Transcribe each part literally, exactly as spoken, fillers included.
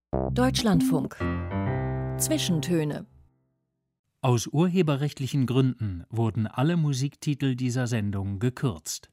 Deutschlandfunk. Zwischentöne. Aus urheberrechtlichen Gründen wurden alle Musiktitel dieser Sendung gekürzt.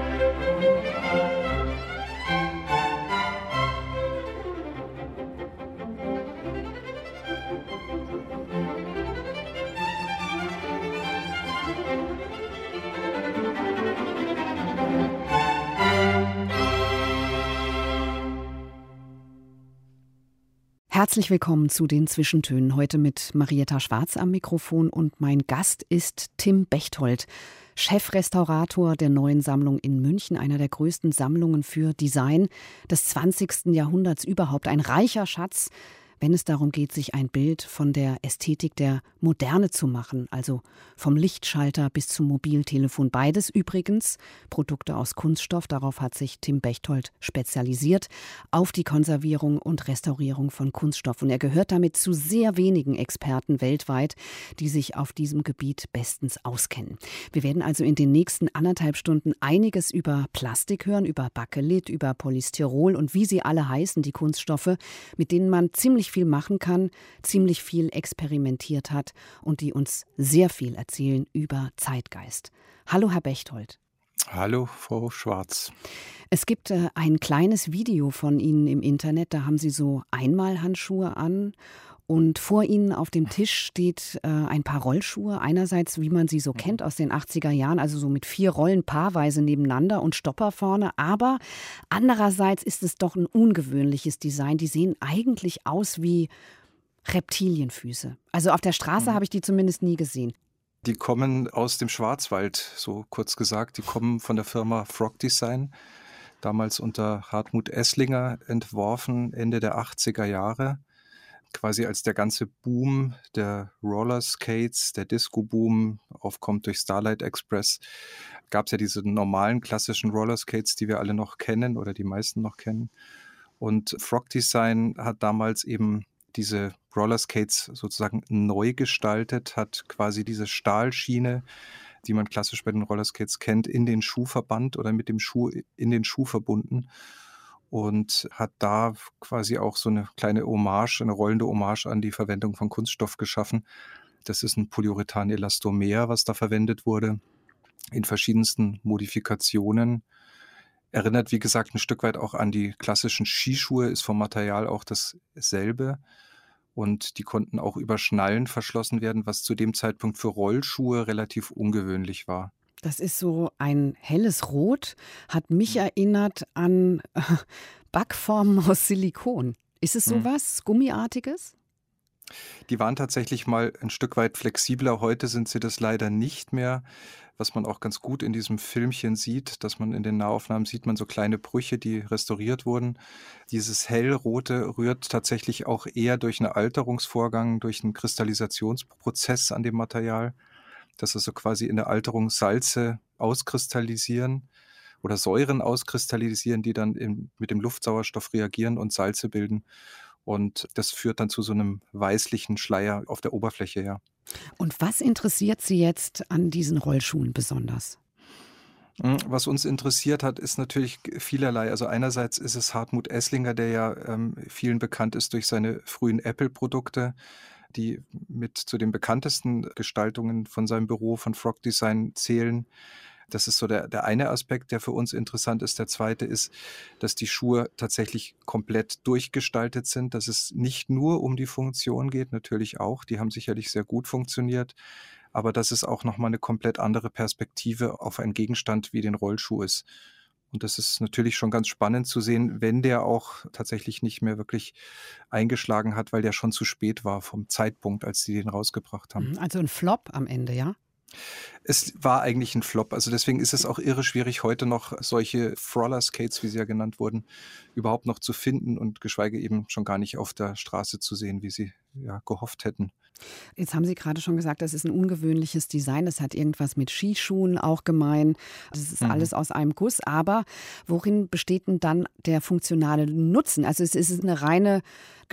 Herzlich willkommen zu den Zwischentönen. Heute mit Marietta Schwarz am Mikrofon und mein Gast ist Tim Bechtold, Chefrestaurator der Neuen Sammlung in München, einer der größten Sammlungen für Design des zwanzigsten Jahrhunderts überhaupt. Ein reicher Schatz, wenn es darum geht, sich ein Bild von der Ästhetik der Moderne zu machen, also vom Lichtschalter bis zum Mobiltelefon. Beides übrigens Produkte aus Kunststoff. Darauf hat sich Tim Bechtold spezialisiert, auf die Konservierung und Restaurierung von Kunststoff. Und er gehört damit zu sehr wenigen Experten weltweit, die sich auf diesem Gebiet bestens auskennen. Wir werden also in den nächsten anderthalb Stunden einiges über Plastik hören, über Bakelit, über Polystyrol und wie sie alle heißen, die Kunststoffe, mit denen man ziemlich viel machen kann, ziemlich viel experimentiert hat und die uns sehr viel erzählen über Zeitgeist. Hallo, Herr Bechtold. Hallo, Frau Schwarz. Es gibt äh, ein kleines Video von Ihnen im Internet, da haben Sie so Einmalhandschuhe an und vor Ihnen auf dem Tisch steht äh, ein paar Rollschuhe. Einerseits, wie man sie so kennt aus den achtziger Jahren, also so mit vier Rollen paarweise nebeneinander und Stopper vorne. Aber andererseits ist es doch ein ungewöhnliches Design. Die sehen eigentlich aus wie Reptilienfüße. Also auf der Straße mhm. habe ich die zumindest nie gesehen. Die kommen aus dem Schwarzwald, so kurz gesagt. Die kommen von der Firma Frog Design, damals unter Hartmut Esslinger entworfen, Ende der achtziger Jahre. Quasi als der ganze Boom der Rollerskates, der Disco-Boom aufkommt durch Starlight Express, gab es ja diese normalen klassischen Rollerskates, die wir alle noch kennen oder die meisten noch kennen. Und Frog Design hat damals eben diese Rollerskates sozusagen neu gestaltet, hat quasi diese Stahlschiene, die man klassisch bei den Rollerskates kennt, in den Schuh verbannt oder mit dem Schuh in den Schuh verbunden. Und hat da quasi auch so eine kleine Hommage, eine rollende Hommage an die Verwendung von Kunststoff geschaffen. Das ist ein Polyurethan-Elastomer, was da verwendet wurde, in verschiedensten Modifikationen. Erinnert, wie gesagt, ein Stück weit auch an die klassischen Skischuhe, ist vom Material auch dasselbe. Und die konnten auch über Schnallen verschlossen werden, was zu dem Zeitpunkt für Rollschuhe relativ ungewöhnlich war. Das ist so ein helles Rot, hat mich erinnert an äh, Backformen aus Silikon. Ist es sowas hm. Gummiartiges? Die waren tatsächlich mal ein Stück weit flexibler. Heute sind sie das leider nicht mehr. Was man auch ganz gut in diesem Filmchen sieht, dass man in den Nahaufnahmen sieht man so kleine Brüche, die restauriert wurden. Dieses hellrote rührt tatsächlich auch eher durch einen Alterungsvorgang, durch einen Kristallisationsprozess an dem Material. Dass also quasi in der Alterung Salze auskristallisieren oder Säuren auskristallisieren, die dann im, mit dem Luftsauerstoff reagieren und Salze bilden. Und das führt dann zu so einem weißlichen Schleier auf der Oberfläche her. Und was interessiert Sie jetzt an diesen Rollschuhen besonders? Was uns interessiert hat, ist natürlich vielerlei. Also einerseits ist es Hartmut Esslinger, der ja ähm, vielen bekannt ist durch seine frühen Apple-Produkte, die mit zu den bekanntesten Gestaltungen von seinem Büro von Frog Design zählen. Das ist so der, der eine Aspekt, der für uns interessant ist. Der zweite ist, dass die Schuhe tatsächlich komplett durchgestaltet sind, dass es nicht nur um die Funktion geht, natürlich auch, die haben sicherlich sehr gut funktioniert, aber dass es auch nochmal eine komplett andere Perspektive auf einen Gegenstand wie den Rollschuh ist. Und das ist natürlich schon ganz spannend zu sehen, wenn der auch tatsächlich nicht mehr wirklich eingeschlagen hat, weil der schon zu spät war vom Zeitpunkt, als sie den rausgebracht haben. Also ein Flop am Ende, ja? Es war eigentlich ein Flop. Also deswegen ist es auch irre schwierig, heute noch solche Rollerskates, wie sie ja genannt wurden, überhaupt noch zu finden und geschweige eben schon gar nicht auf der Straße zu sehen, wie sie ja gehofft hätten. Jetzt haben Sie gerade schon gesagt, das ist ein ungewöhnliches Design. Das hat irgendwas mit Skischuhen auch gemein. Das ist mhm. alles aus einem Guss. Aber worin besteht denn dann der funktionale Nutzen? Also ist es eine reine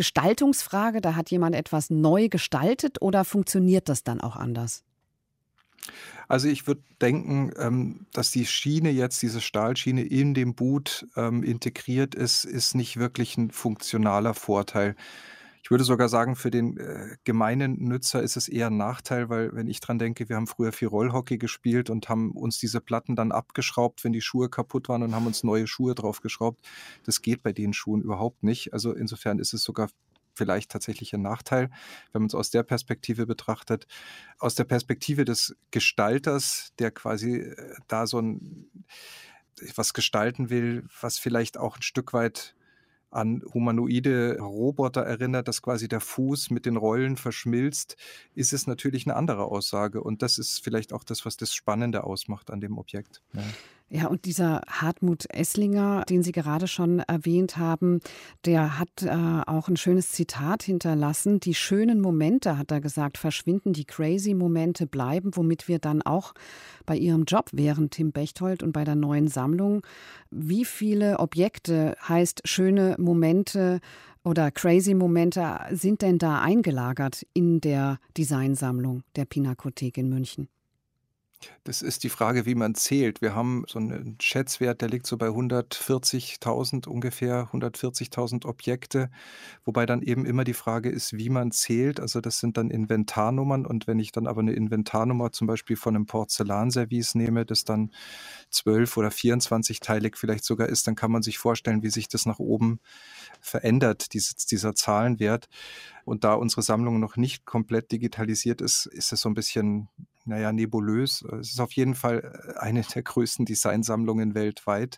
Gestaltungsfrage? Da hat jemand etwas neu gestaltet oder funktioniert das dann auch anders? Also ich würde denken, ähm, dass die Schiene jetzt, diese Stahlschiene in dem Boot ähm, integriert ist, ist nicht wirklich ein funktionaler Vorteil. Ich würde sogar sagen, für den äh, gemeinen Nutzer ist es eher ein Nachteil, weil wenn ich dran denke, wir haben früher viel Rollhockey gespielt und haben uns diese Platten dann abgeschraubt, wenn die Schuhe kaputt waren und haben uns neue Schuhe draufgeschraubt. Das geht bei den Schuhen überhaupt nicht. Also insofern ist es sogar vielleicht tatsächlich ein Nachteil, wenn man es aus der Perspektive betrachtet. Aus der Perspektive des Gestalters, der quasi äh, da so ein was gestalten will, was vielleicht auch ein Stück weit an humanoide Roboter erinnert, dass quasi der Fuß mit den Rollen verschmilzt, ist es natürlich eine andere Aussage. Und das ist vielleicht auch das, was das Spannende ausmacht an dem Objekt. Ja. Ja, und dieser Hartmut Esslinger, den Sie gerade schon erwähnt haben, der hat äh, auch ein schönes Zitat hinterlassen. Die schönen Momente, hat er gesagt, verschwinden, die crazy Momente bleiben, womit wir dann auch bei Ihrem Job wären, Tim Bechtold, und bei der neuen Sammlung. Wie viele Objekte, heißt schöne Momente oder crazy Momente, sind denn da eingelagert in der Designsammlung der Pinakothek in München? Das ist die Frage, wie man zählt. Wir haben so einen Schätzwert, der liegt so bei hundertvierzigtausend ungefähr, hundertvierzigtausend Objekte, wobei dann eben immer die Frage ist, wie man zählt. Also das sind dann Inventarnummern und wenn ich dann aber eine Inventarnummer zum Beispiel von einem Porzellanservice nehme, das dann zwölf- oder vierundzwanzig-teilig vielleicht sogar ist, dann kann man sich vorstellen, wie sich das nach oben verändert, dieses, dieser Zahlenwert. Und da unsere Sammlung noch nicht komplett digitalisiert ist, ist es so ein bisschen, naja, nebulös. Es ist auf jeden Fall eine der größten Designsammlungen weltweit.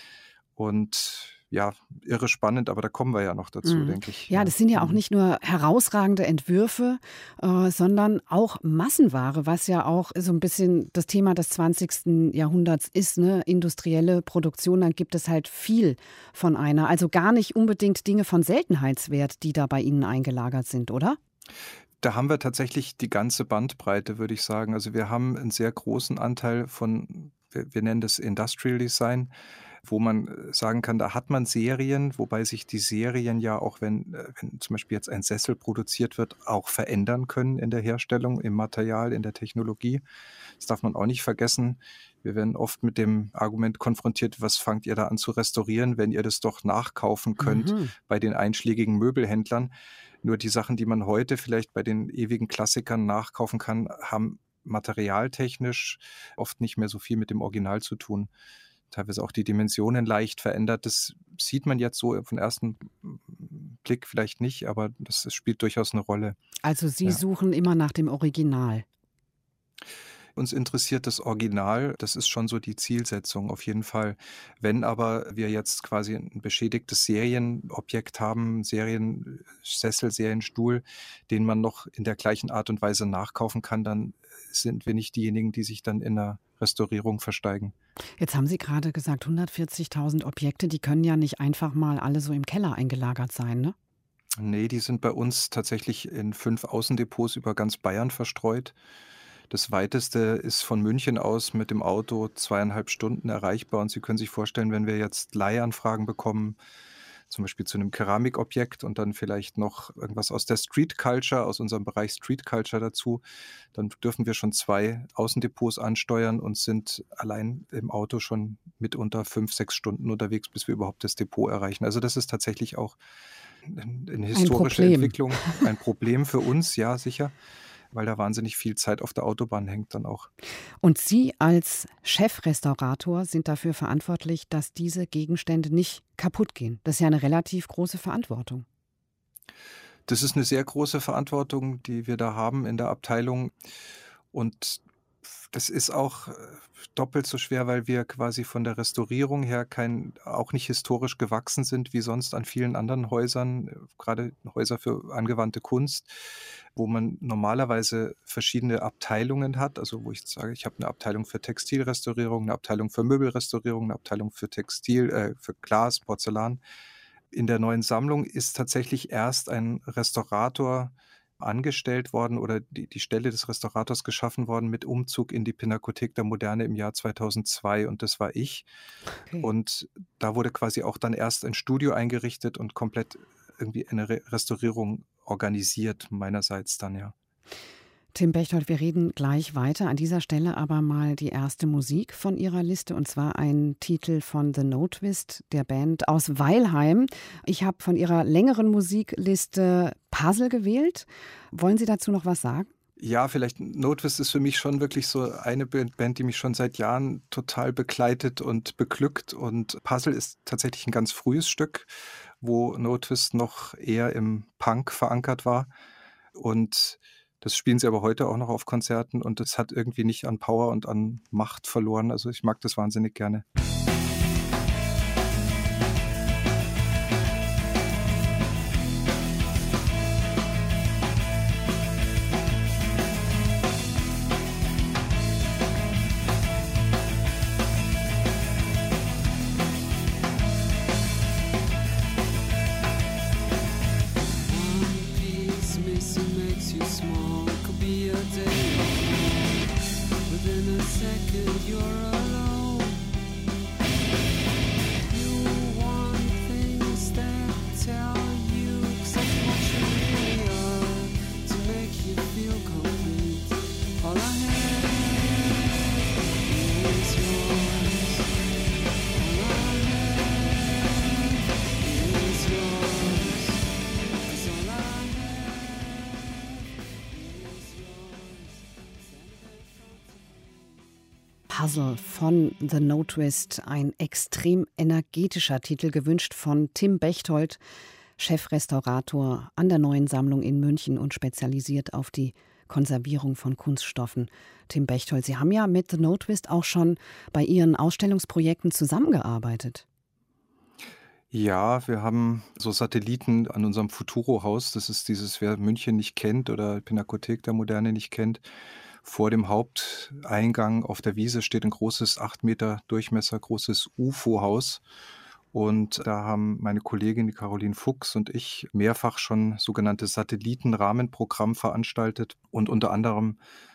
Und ja, irre spannend, aber da kommen wir ja noch dazu, Mhm. denke ich. Ja, Ja. das sind ja auch Mhm. nicht nur herausragende Entwürfe, äh, sondern auch Massenware, was ja auch so ein bisschen das Thema des zwanzigsten Jahrhunderts ist, ne? Industrielle Produktion, dann gibt es halt viel von einer. Also gar nicht unbedingt Dinge von Seltenheitswert, die da bei Ihnen eingelagert sind, oder? Da haben wir tatsächlich die ganze Bandbreite, würde ich sagen. Also wir haben einen sehr großen Anteil von, wir, wir nennen das Industrial Design, wo man äh, sagen kann, da hat man Serien, wobei sich die Serien ja auch, wenn, äh, wenn zum Beispiel jetzt ein Sessel produziert wird, auch verändern können in der Herstellung, im Material, in der Technologie. Das darf man auch nicht vergessen. Wir werden oft mit dem Argument konfrontiert, was fangt ihr da an zu restaurieren, wenn ihr das doch nachkaufen könnt Mhm. bei den einschlägigen Möbelhändlern. Nur die Sachen, die man heute vielleicht bei den ewigen Klassikern nachkaufen kann, haben materialtechnisch oft nicht mehr so viel mit dem Original zu tun. Teilweise auch die Dimensionen leicht verändert. Das sieht man jetzt so auf den ersten Blick vielleicht nicht, aber das, das spielt durchaus eine Rolle. Also Sie Ja. suchen immer nach dem Original. Uns interessiert das Original, das ist schon so die Zielsetzung auf jeden Fall. Wenn aber wir jetzt quasi ein beschädigtes Serienobjekt haben, Seriensessel, Serienstuhl, den man noch in der gleichen Art und Weise nachkaufen kann, dann sind wir nicht diejenigen, die sich dann in der Restaurierung versteigen. Jetzt haben Sie gerade gesagt, hundertvierzigtausend Objekte, die können ja nicht einfach mal alle so im Keller eingelagert sein, ne? Nee, die sind bei uns tatsächlich in fünf Außendepots über ganz Bayern verstreut. Das weiteste ist von München aus mit dem Auto zweieinhalb Stunden erreichbar. Und Sie können sich vorstellen, wenn wir jetzt Leihanfragen bekommen, zum Beispiel zu einem Keramikobjekt und dann vielleicht noch irgendwas aus der Street Culture, aus unserem Bereich Street Culture dazu, dann dürfen wir schon zwei Außendepots ansteuern und sind allein im Auto schon mitunter fünf, sechs Stunden unterwegs, bis wir überhaupt das Depot erreichen. Also das ist tatsächlich auch eine Ein historische Problem. Entwicklung, ein Problem für uns, ja, sicher, weil da wahnsinnig viel Zeit auf der Autobahn hängt dann auch. Und Sie als Chefrestaurator sind dafür verantwortlich, dass diese Gegenstände nicht kaputt gehen. Das ist ja eine relativ große Verantwortung. Das ist eine sehr große Verantwortung, die wir da haben in der Abteilung. Und das ist auch äh, doppelt so schwer, weil wir quasi von der Restaurierung her kein, auch nicht historisch gewachsen sind wie sonst an vielen anderen Häusern, äh, gerade Häuser für angewandte Kunst, wo man normalerweise verschiedene Abteilungen hat. Also wo ich sage, ich habe eine Abteilung für Textilrestaurierung, eine Abteilung für Möbelrestaurierung, eine Abteilung für Textil, äh, für Glas, Porzellan. In der neuen Sammlung ist tatsächlich erst ein Restaurator angestellt worden oder die, die Stelle des Restaurators geschaffen worden mit Umzug in die Pinakothek der Moderne im Jahr zweitausendzwei und das war ich. Okay. Und da wurde quasi auch dann erst ein Studio eingerichtet und komplett irgendwie eine Re Restaurierung organisiert meinerseits dann, ja. Tim Bechtold, wir reden gleich weiter. An dieser Stelle aber mal die erste Musik von Ihrer Liste, und zwar ein Titel von The No-Twist, der Band aus Weilheim. Ich habe von Ihrer längeren Musikliste Puzzle gewählt. Wollen Sie dazu noch was sagen? Ja, vielleicht No-Twist ist für mich schon wirklich so eine Band, die mich schon seit Jahren total begleitet und beglückt. Und Puzzle ist tatsächlich ein ganz frühes Stück, wo No-Twist noch eher im Punk verankert war. Und das spielen sie aber heute auch noch auf Konzerten und es hat irgendwie nicht an Power und an Macht verloren. Also ich mag das wahnsinnig gerne. Puzzle von The No-Twist, ein extrem energetischer Titel, gewünscht von Tim Bechtold, Chefrestaurator an der Neuen Sammlung in München und spezialisiert auf die Konservierung von Kunststoffen. Tim Bechtold, Sie haben ja mit The No-Twist auch schon bei Ihren Ausstellungsprojekten zusammengearbeitet. Ja, wir haben so Satelliten an unserem Futuro-Haus. Das ist dieses, wer München nicht kennt oder Pinakothek der Moderne nicht kennt. Vor dem Haupteingang auf der Wiese steht ein großes, acht Meter Durchmesser großes U F O-Haus. Und da haben meine Kollegin, die Caroline Fuchs, und ich mehrfach schon sogenanntes Satellitenrahmenprogramm veranstaltet. Und unter anderem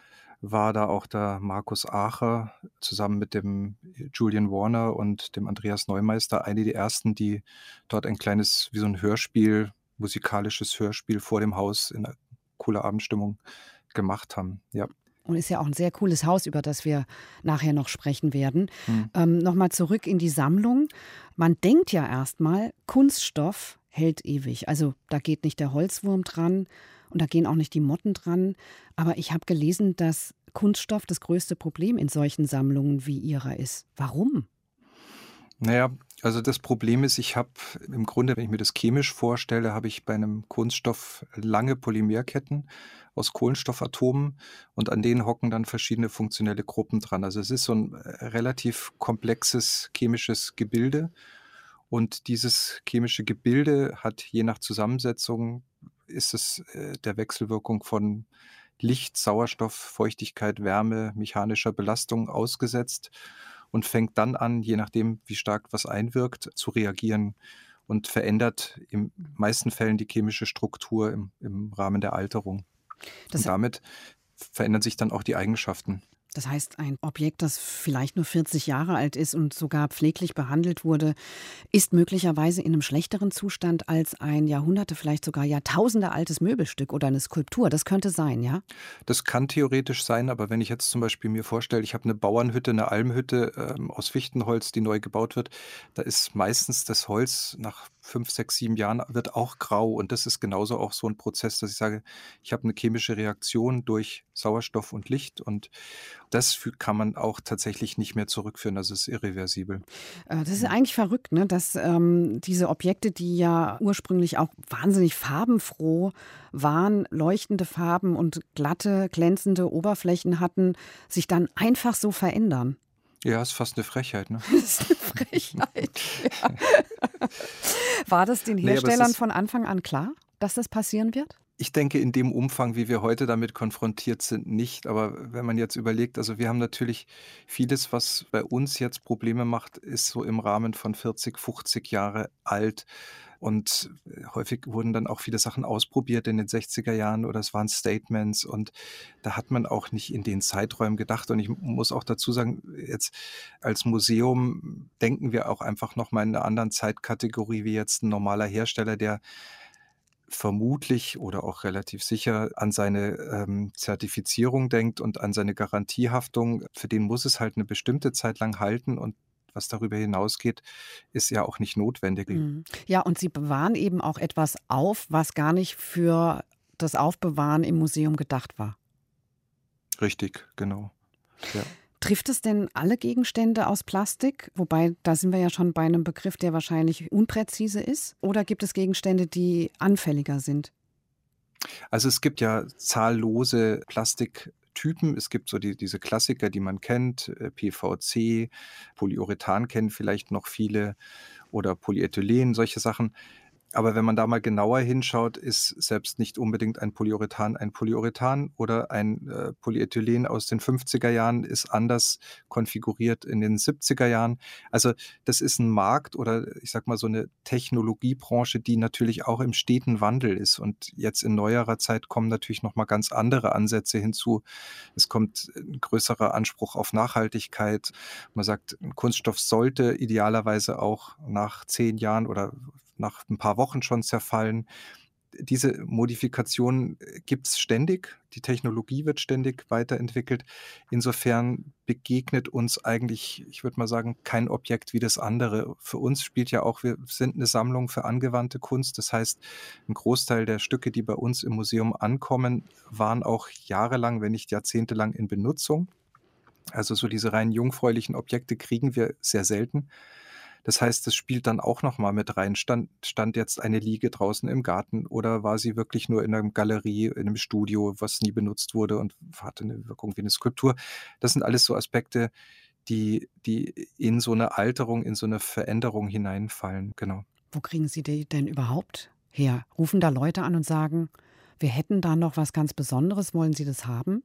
war da auch der Markus Acher zusammen mit dem Julian Warner und dem Andreas Neumeister eine der ersten, die dort ein kleines, wie so ein Hörspiel, musikalisches Hörspiel vor dem Haus in einer coolen Abendstimmung gemacht haben. Ja. Und ist ja auch ein sehr cooles Haus, über das wir nachher noch sprechen werden. Hm. Ähm, Nochmal zurück in die Sammlung. Man denkt ja erstmal, Kunststoff hält ewig. Also da geht nicht der Holzwurm dran und da gehen auch nicht die Motten dran. Aber ich habe gelesen, dass Kunststoff das größte Problem in solchen Sammlungen wie Ihrer ist. Warum? Naja, also das Problem ist, ich habe im Grunde, wenn ich mir das chemisch vorstelle, habe ich bei einem Kunststoff lange Polymerketten aus Kohlenstoffatomen und an denen hocken dann verschiedene funktionelle Gruppen dran. Also es ist so ein relativ komplexes chemisches Gebilde und dieses chemische Gebilde hat je nach Zusammensetzung, ist es äh, der Wechselwirkung von Licht, Sauerstoff, Feuchtigkeit, Wärme, mechanischer Belastung ausgesetzt und fängt dann an, je nachdem, wie stark was einwirkt, zu reagieren und verändert in meisten Fällen die chemische Struktur im, im Rahmen der Alterung. Das und damit verändern sich dann auch die Eigenschaften. Das heißt, ein Objekt, das vielleicht nur vierzig Jahre alt ist und sogar pfleglich behandelt wurde, ist möglicherweise in einem schlechteren Zustand als ein Jahrhunderte, vielleicht sogar Jahrtausende altes Möbelstück oder eine Skulptur. Das könnte sein, ja? Das kann theoretisch sein, aber wenn ich jetzt zum Beispiel mir vorstelle, ich habe eine Bauernhütte, eine Almhütte ähm, aus Fichtenholz, die neu gebaut wird, da ist meistens das Holz nach fünf, sechs, sieben Jahren wird auch grau und das ist genauso auch so ein Prozess, dass ich sage, ich habe eine chemische Reaktion durch Sauerstoff und Licht und das kann man auch tatsächlich nicht mehr zurückführen, das ist irreversibel. Das ist eigentlich verrückt, ne? Dass ähm, diese Objekte, die ja ursprünglich auch wahnsinnig farbenfroh waren, leuchtende Farben und glatte, glänzende Oberflächen hatten, sich dann einfach so verändern. Ja, ist fast eine Frechheit, ne? Das ist eine Frechheit, ja. War das den Herstellern nee, von Anfang an klar, dass das passieren wird? Ich denke, in dem Umfang, wie wir heute damit konfrontiert sind, nicht. Aber wenn man jetzt überlegt, also wir haben natürlich vieles, was bei uns jetzt Probleme macht, ist so im Rahmen von vierzig, fünfzig Jahre alt. Und häufig wurden dann auch viele Sachen ausprobiert in den sechziger Jahren oder es waren Statements und da hat man auch nicht in den Zeiträumen gedacht. Und ich muss auch dazu sagen, jetzt als Museum denken wir auch einfach nochmal in einer anderen Zeitkategorie wie jetzt ein normaler Hersteller, der vermutlich oder auch relativ sicher an seine ähm, Zertifizierung denkt und an seine Garantiehaftung. Für den muss es halt eine bestimmte Zeit lang halten und was darüber hinausgeht, ist ja auch nicht notwendig. Mhm. Ja, und Sie bewahren eben auch etwas auf, was gar nicht für das Aufbewahren im Museum gedacht war. Richtig, genau. Ja. Trifft es denn alle Gegenstände aus Plastik? Wobei, da sind wir ja schon bei einem Begriff, der wahrscheinlich unpräzise ist. Oder gibt es Gegenstände, die anfälliger sind? Also es gibt ja zahllose Plastiktypen. Es gibt so die, diese Klassiker, die man kennt, äh, P V C, Polyurethan kennen vielleicht noch viele oder Polyethylen, solche Sachen. Aber wenn man da mal genauer hinschaut, ist selbst nicht unbedingt ein Polyurethan ein Polyurethan oder ein äh, Polyethylen aus den fünfziger Jahren ist anders konfiguriert in den siebziger Jahren. Also das ist ein Markt oder ich sag mal so eine Technologiebranche, die natürlich auch im steten Wandel ist. Und jetzt in neuerer Zeit kommen natürlich noch mal ganz andere Ansätze hinzu. Es kommt ein größerer Anspruch auf Nachhaltigkeit. Man sagt, ein Kunststoff sollte idealerweise auch nach zehn Jahren oder nach ein paar Wochen schon zerfallen. Diese Modifikationen gibt es ständig. Die Technologie wird ständig weiterentwickelt. Insofern begegnet uns eigentlich, ich würde mal sagen, kein Objekt wie das andere. Für uns spielt ja auch, wir sind eine Sammlung für angewandte Kunst. Das heißt, ein Großteil der Stücke, die bei uns im Museum ankommen, waren auch jahrelang, wenn nicht jahrzehntelang in Benutzung. Also so diese rein jungfräulichen Objekte kriegen wir sehr selten. Das heißt, das spielt dann auch noch mal mit rein. Stand stand jetzt eine Liege draußen im Garten oder war sie wirklich nur in einer Galerie, in einem Studio, was nie benutzt wurde und hatte eine Wirkung wie eine Skulptur? Das sind alles so Aspekte, die die in so eine Alterung, in so eine Veränderung hineinfallen, genau. Wo kriegen Sie die denn überhaupt her? Rufen da Leute an und sagen, wir hätten da noch was ganz Besonderes, wollen Sie das haben?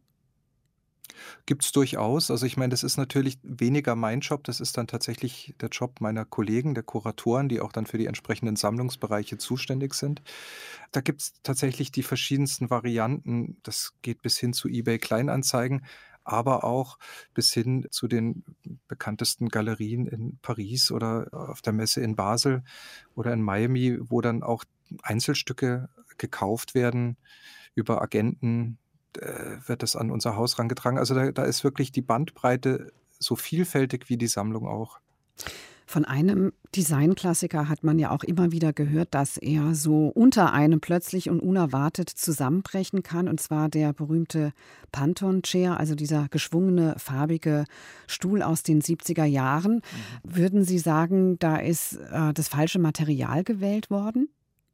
Gibt's durchaus. Also, ich meine, das ist natürlich weniger mein Job. Das ist dann tatsächlich der Job meiner Kollegen, der Kuratoren, die auch dann für die entsprechenden Sammlungsbereiche zuständig sind. Da gibt's tatsächlich die verschiedensten Varianten. Das geht bis hin zu eBay Kleinanzeigen, aber auch bis hin zu den bekanntesten Galerien in Paris oder auf der Messe in Basel oder in Miami, wo dann auch Einzelstücke gekauft werden über Agenten, äh, wird das an unser Haus rangetragen. Also da, da ist wirklich die Bandbreite so vielfältig wie die Sammlung auch. Von einem Designklassiker hat man ja auch immer wieder gehört, dass er so unter einem plötzlich und unerwartet zusammenbrechen kann. Und zwar der berühmte Pantone Chair, also dieser geschwungene, farbige Stuhl aus den siebziger Jahren. Mhm. Würden Sie sagen, da ist äh, das falsche Material gewählt worden?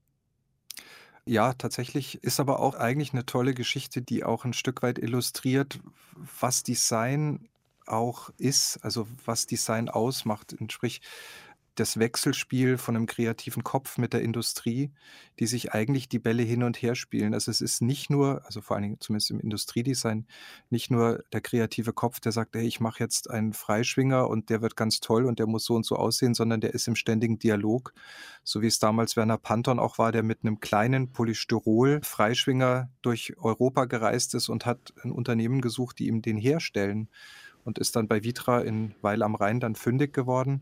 Ja, tatsächlich ist aber auch eigentlich eine tolle Geschichte, die auch ein Stück weit illustriert, was Design auch ist, also was Design ausmacht. Und sprich, das Wechselspiel von einem kreativen Kopf mit der Industrie, die sich eigentlich die Bälle hin und her spielen. Also, es ist nicht nur also, vor allen Dingen zumindest im Industriedesign, nicht nur der kreative Kopf, der sagt: „Hey, ich mache jetzt einen Freischwinger und der wird ganz toll und der muss so und so aussehen“, sondern der ist im ständigen Dialog, so wie es damals Werner Panton auch war, der mit einem kleinen Polystyrol-Freischwinger durch Europa gereist ist und hat ein Unternehmen gesucht, die ihm den herstellen und ist dann bei Vitra in Weil am Rhein dann fündig geworden.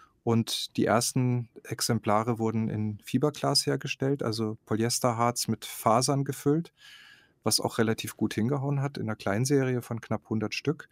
Und die ersten Exemplare wurden in Fiberglas hergestellt, also Polyesterharz mit Fasern gefüllt, was auch relativ gut hingehauen hat in 'ner Kleinserie von knapp hundert Stück.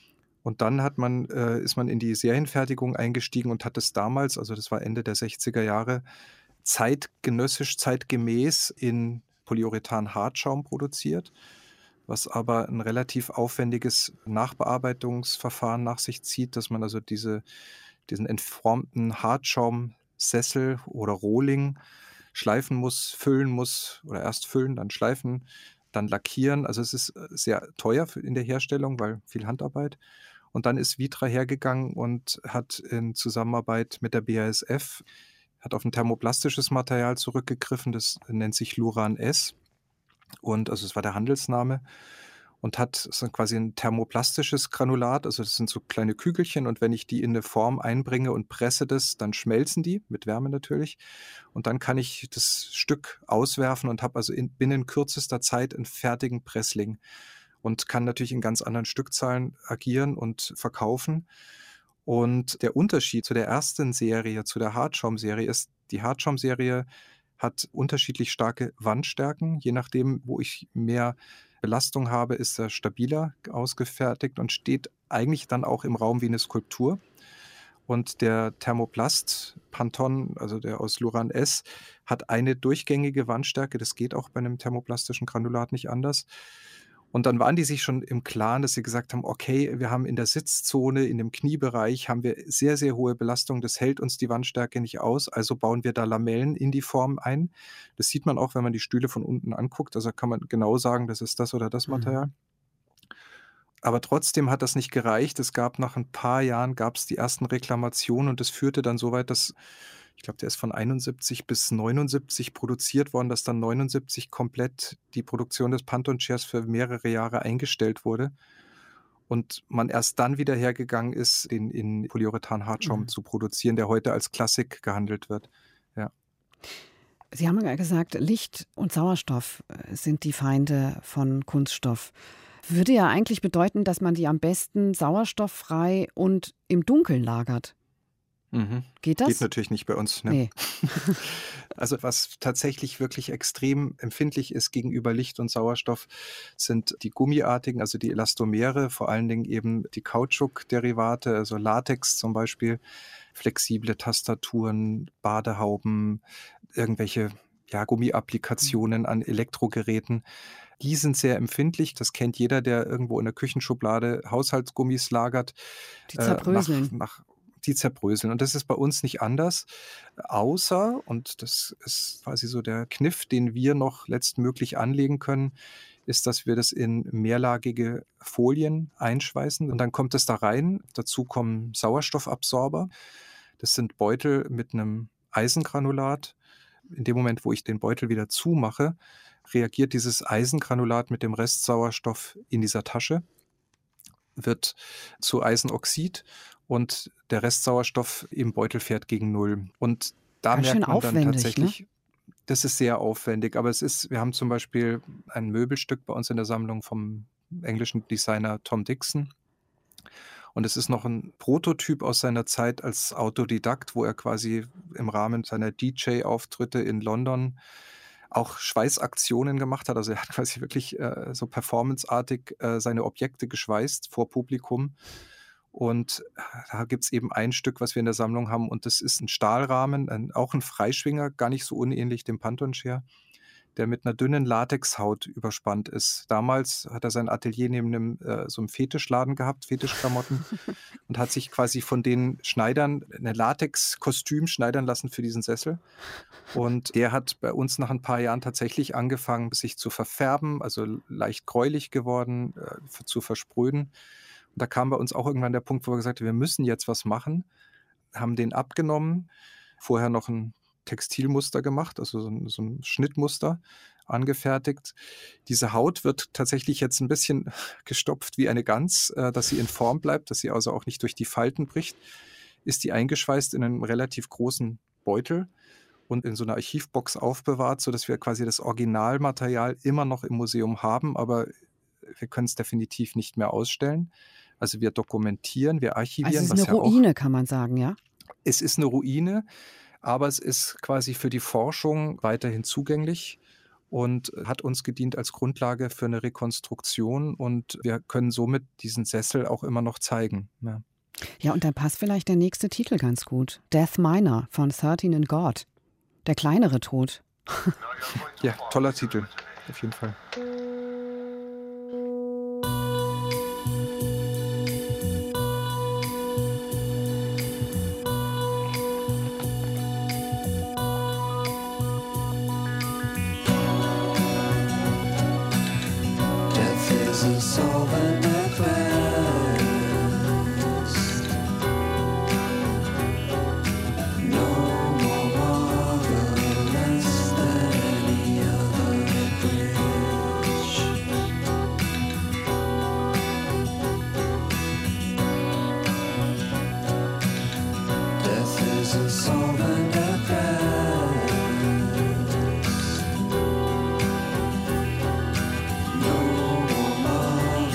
Und dann hat man äh, ist man in die Serienfertigung eingestiegen und hat es damals, also das war Ende der sechziger Jahre, zeitgenössisch, zeitgemäß in Polyurethan-Hartschaum produziert, was aber ein relativ aufwendiges Nachbearbeitungsverfahren nach sich zieht, dass man also diese diesen entformten Hartschaumsessel oder Rohling schleifen muss, füllen muss oder erst füllen, dann schleifen, dann lackieren. Also, es ist, äh, sehr teuer für in der Herstellung, weil viel Handarbeit. Und dann ist Vitra hergegangen und hat in Zusammenarbeit mit der B A S F hat auf 'n thermoplastisches Material zurückgegriffen, das nennt sich Luran S. Und also, es war der Handelsname und hat so quasi ein thermoplastisches Granulat, also das sind so kleine Kügelchen und wenn ich die in eine Form einbringe und presse das, dann schmelzen die, mit Wärme natürlich. Und dann kann ich das Stück auswerfen und habe also in binnen kürzester Zeit einen fertigen Pressling und kann natürlich in ganz anderen Stückzahlen agieren und verkaufen. Und der Unterschied zu der ersten Serie, zu der Hartschaumserie ist, die Hartschaumserie hat unterschiedlich starke Wandstärken. Je nachdem, wo ich mehr Belastung habe, ist er stabiler ausgefertigt und steht eigentlich dann auch im Raum wie eine Skulptur. Und der Thermoplast Pantone, also der aus Luran S, hat eine durchgängige Wandstärke. Das geht auch bei einem thermoplastischen Granulat nicht anders. Und dann waren die sich schon im Klaren, dass sie gesagt haben, okay, wir haben in der Sitzzone, in dem Kniebereich, haben wir sehr, sehr hohe Belastung. Das hält uns die Wandstärke nicht aus. Also bauen wir da Lamellen in die Form ein. Das sieht man auch, wenn man die Stühle von unten anguckt. Also kann man genau sagen, das ist das oder das Material. Mhm. Aber trotzdem hat das nicht gereicht. Es gab nach ein paar Jahren, gab es die ersten Reklamationen und das führte dann so weit, dass, ich glaube, der ist von einundsiebzig bis neunundsiebzig produziert worden, dass dann neunundsiebzig komplett die Produktion des Pantone Chairs für mehrere Jahre eingestellt wurde und man erst dann wieder hergegangen ist, den in Polyurethan-Hartschaum mhm. zu produzieren, der heute als Klassik gehandelt wird. Ja. Sie haben ja gesagt, Licht und Sauerstoff sind die Feinde von Kunststoff. Würde ja eigentlich bedeuten, dass man die am besten sauerstofffrei und im Dunkeln lagert. Mhm. Geht das? Geht natürlich nicht bei uns. Ne? Nee. Also was tatsächlich wirklich extrem empfindlich ist gegenüber Licht und Sauerstoff, sind die gummiartigen, also die Elastomere, vor allen Dingen eben die Kautschuk-Derivate, also Latex zum Beispiel, flexible Tastaturen, Badehauben, irgendwelche ja, Gummiapplikationen an Elektrogeräten. Die sind sehr empfindlich. Das kennt jeder, der irgendwo in der Küchenschublade Haushaltsgummis lagert. Die zerbröseln. Äh, nach, nach, die zerbröseln. Und das ist bei uns nicht anders. Außer, und das ist quasi so der Kniff, den wir noch letztmöglich anlegen können, ist, dass wir das in mehrlagige Folien einschweißen. Und dann kommt es da rein. Dazu kommen Sauerstoffabsorber. Das sind Beutel mit einem Eisengranulat. In dem Moment, wo ich den Beutel wieder zumache, reagiert dieses Eisengranulat mit dem Restsauerstoff in dieser Tasche, wird zu Eisenoxid und der Restsauerstoff im Beutel fährt gegen Null. Und da Ganz merkt man dann tatsächlich, ne? Das ist sehr aufwendig, aber es ist, wir haben zum Beispiel ein Möbelstück bei uns in der Sammlung vom englischen Designer Tom Dixon. Und es ist noch ein Prototyp aus seiner Zeit als Autodidakt, wo er quasi im Rahmen seiner D J-Auftritte in London auch Schweißaktionen gemacht hat. Also er hat quasi wirklich äh, so performanceartig äh, seine Objekte geschweißt vor Publikum. Und da gibt es eben ein Stück, was wir in der Sammlung haben. Und das ist ein Stahlrahmen, ein, auch ein Freischwinger, gar nicht so unähnlich dem Pantone Chair, der mit einer dünnen Latexhaut überspannt ist. Damals hat er sein Atelier neben einem, äh, so einem Fetischladen gehabt, Fetischklamotten, und hat sich quasi von den Schneidern ein Latex-Kostüm schneidern lassen für diesen Sessel. Und der hat bei uns nach ein paar Jahren tatsächlich angefangen, sich zu verfärben, also leicht gräulich geworden, äh, zu verspröden. Und da kam bei uns auch irgendwann der Punkt, wo wir gesagt haben, wir müssen jetzt was machen, haben den abgenommen, vorher noch ein Textilmuster gemacht, also so ein, so ein Schnittmuster angefertigt. Diese Haut wird tatsächlich jetzt ein bisschen gestopft wie eine Gans, äh, dass sie in Form bleibt, dass sie also auch nicht durch die Falten bricht. Ist die eingeschweißt in einem relativ großen Beutel und in so einer Archivbox aufbewahrt, sodass wir quasi das Originalmaterial immer noch im Museum haben, aber wir können es definitiv nicht mehr ausstellen. Also wir dokumentieren, wir archivieren. Also es ist eine Ruine, kann man sagen, ja? Es ist eine Ruine, aber es ist quasi für die Forschung weiterhin zugänglich und hat uns gedient als Grundlage für eine Rekonstruktion und wir können somit diesen Sessel auch immer noch zeigen. Ja, ja, und dann passt vielleicht der nächste Titel ganz gut. Death Minor von thirteen and God. Der kleinere Tod. Ja, toller Titel, auf jeden Fall. No more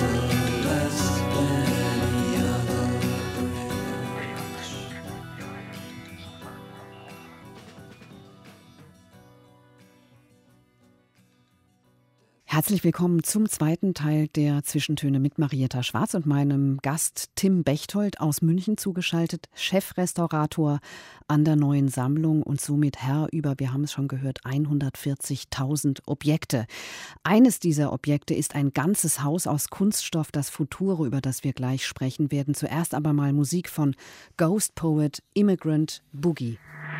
Herzlich willkommen zum zweiten Teil der Zwischentöne mit Marietta Schwarz und meinem Gast Tim Bechtold aus München zugeschaltet, Chefrestaurator an der Neuen Sammlung und somit Herr über, wir haben es schon gehört, hundertvierzigtausend Objekte. Eines dieser Objekte ist ein ganzes Haus aus Kunststoff, das Futuro, über das wir gleich sprechen werden. Zuerst aber mal Musik von Ghost Poet, Immigrant Boogie.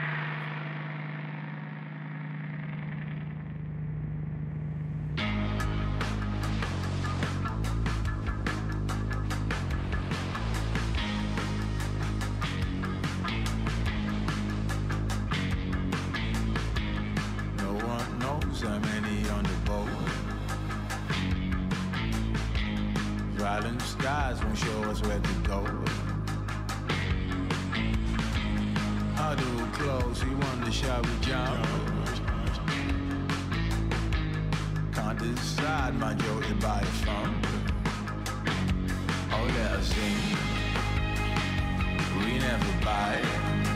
Silent skies won't show us where to go. I do close, you wonder shall we jump? Can't decide my jolted body from. Oh, let us sing. We never bite.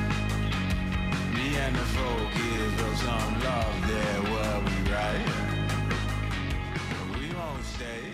Me and the folk here feel some love there where we ride. We won't stay.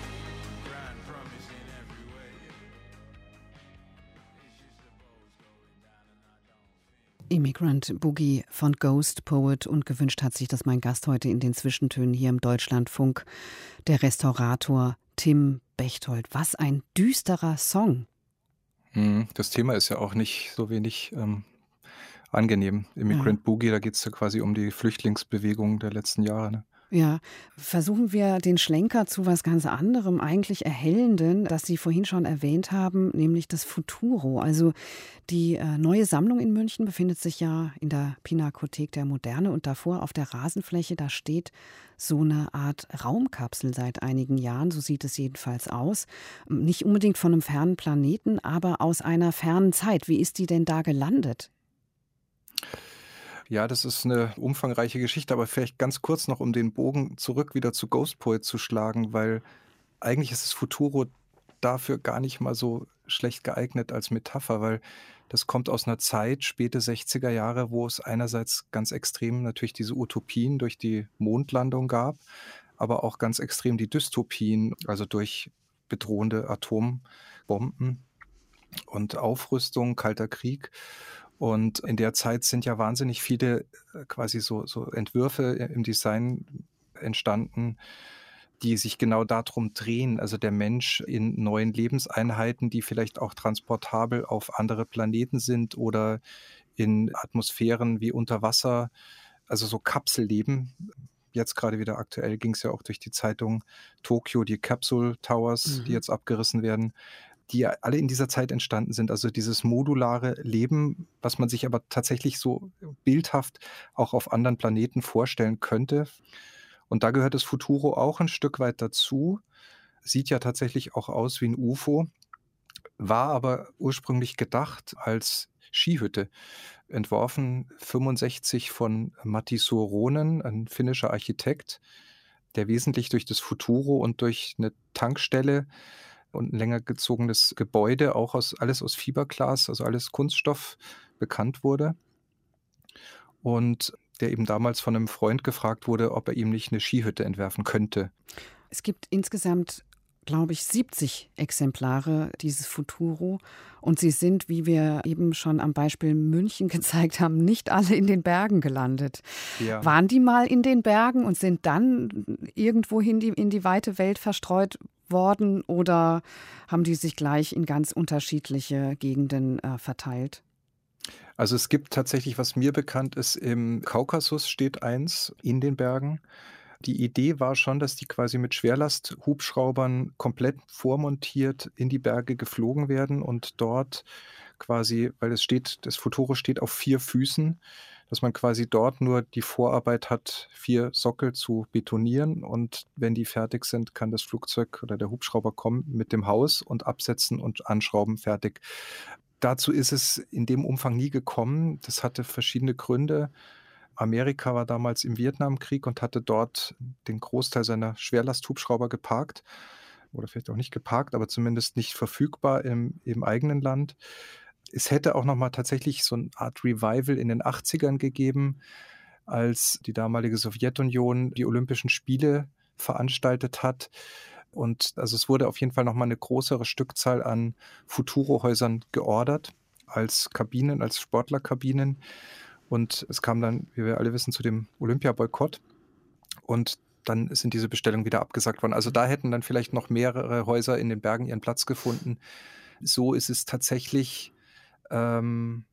Immigrant Boogie von Ghost Poet, und gewünscht hat sich das mein Gast heute in den Zwischentönen hier im Deutschlandfunk, der Restaurator Tim Bechtold. Was ein düsterer Song. Das Thema ist ja auch nicht so wenig ähm, angenehm. Immigrant ja. Boogie, da geht es ja quasi um die Flüchtlingsbewegung der letzten Jahre, ne? Ja, versuchen wir den Schlenker zu was ganz anderem, eigentlich Erhellenden, das Sie vorhin schon erwähnt haben, nämlich das Futuro. Also die äh, neue Sammlung in München befindet sich ja in der Pinakothek der Moderne und davor auf der Rasenfläche, da steht so eine Art Raumkapsel seit einigen Jahren, so sieht es jedenfalls aus. Nicht unbedingt von einem fernen Planeten, aber aus einer fernen Zeit. Wie ist die denn da gelandet? Ja, das ist eine umfangreiche Geschichte, aber vielleicht ganz kurz noch, um den Bogen zurück wieder zu Ghost Poet zu schlagen, weil eigentlich ist das Futuro dafür gar nicht mal so schlecht geeignet als Metapher, weil das kommt aus einer Zeit, späte sechziger Jahre, wo es einerseits ganz extrem natürlich diese Utopien durch die Mondlandung gab, aber auch ganz extrem die Dystopien, also durch bedrohende Atombomben und Aufrüstung, Kalter Krieg. Und in der Zeit sind ja wahnsinnig viele quasi so, so Entwürfe im Design entstanden, die sich genau darum drehen, also der Mensch in neuen Lebenseinheiten, die vielleicht auch transportabel auf andere Planeten sind oder in Atmosphären wie unter Wasser, also so Kapselleben. Jetzt gerade wieder aktuell ging es ja auch durch die Zeitung Tokio, die Capsule Towers, mhm. die jetzt abgerissen werden, die alle in dieser Zeit entstanden sind. Also dieses modulare Leben, was man sich aber tatsächlich so bildhaft auch auf anderen Planeten vorstellen könnte. Und da gehört das Futuro auch ein Stück weit dazu. Sieht ja tatsächlich auch aus wie ein U F O, war aber ursprünglich gedacht als Skihütte. Entworfen fünfundsechzig von Matti Suoronen, ein finnischer Architekt, der wesentlich durch das Futuro und durch eine Tankstelle und ein länger gezogenes Gebäude, auch aus, alles aus Fiberglas, also alles Kunststoff, bekannt wurde. Und der eben damals von einem Freund gefragt wurde, ob er ihm nicht eine Skihütte entwerfen könnte. Es gibt insgesamt, glaube ich, siebzig Exemplare dieses Futuro. Und sie sind, wie wir eben schon am Beispiel München gezeigt haben, nicht alle in den Bergen gelandet. Ja. Waren die mal in den Bergen und sind dann irgendwohin die, in die weite Welt verstreut worden oder haben die sich gleich in ganz unterschiedliche Gegenden äh, verteilt? Also es gibt tatsächlich, was mir bekannt ist, im Kaukasus steht eins in den Bergen. Die Idee war schon, dass die quasi mit Schwerlasthubschraubern komplett vormontiert in die Berge geflogen werden und dort quasi, weil es steht, das Futuro steht auf vier Füßen, dass man quasi dort nur die Vorarbeit hat, vier Sockel zu betonieren, und wenn die fertig sind, kann das Flugzeug oder der Hubschrauber kommen mit dem Haus und absetzen und anschrauben, fertig. Dazu ist es in dem Umfang nie gekommen. Das hatte verschiedene Gründe. Amerika war damals im Vietnamkrieg und hatte dort den Großteil seiner Schwerlasthubschrauber geparkt. Oder vielleicht auch nicht geparkt, aber zumindest nicht verfügbar im, im eigenen Land. Es hätte auch nochmal tatsächlich so eine Art Revival in den achtzigern gegeben, als die damalige Sowjetunion die Olympischen Spiele veranstaltet hat. Und also es wurde auf jeden Fall nochmal eine größere Stückzahl an Futuro-Häusern geordert, als Kabinen, als Sportlerkabinen. Und es kam dann, wie wir alle wissen, zu dem Olympia-Boykott. Und dann sind diese Bestellungen wieder abgesagt worden. Also da hätten dann vielleicht noch mehrere Häuser in den Bergen ihren Platz gefunden. So ist es tatsächlich ähm,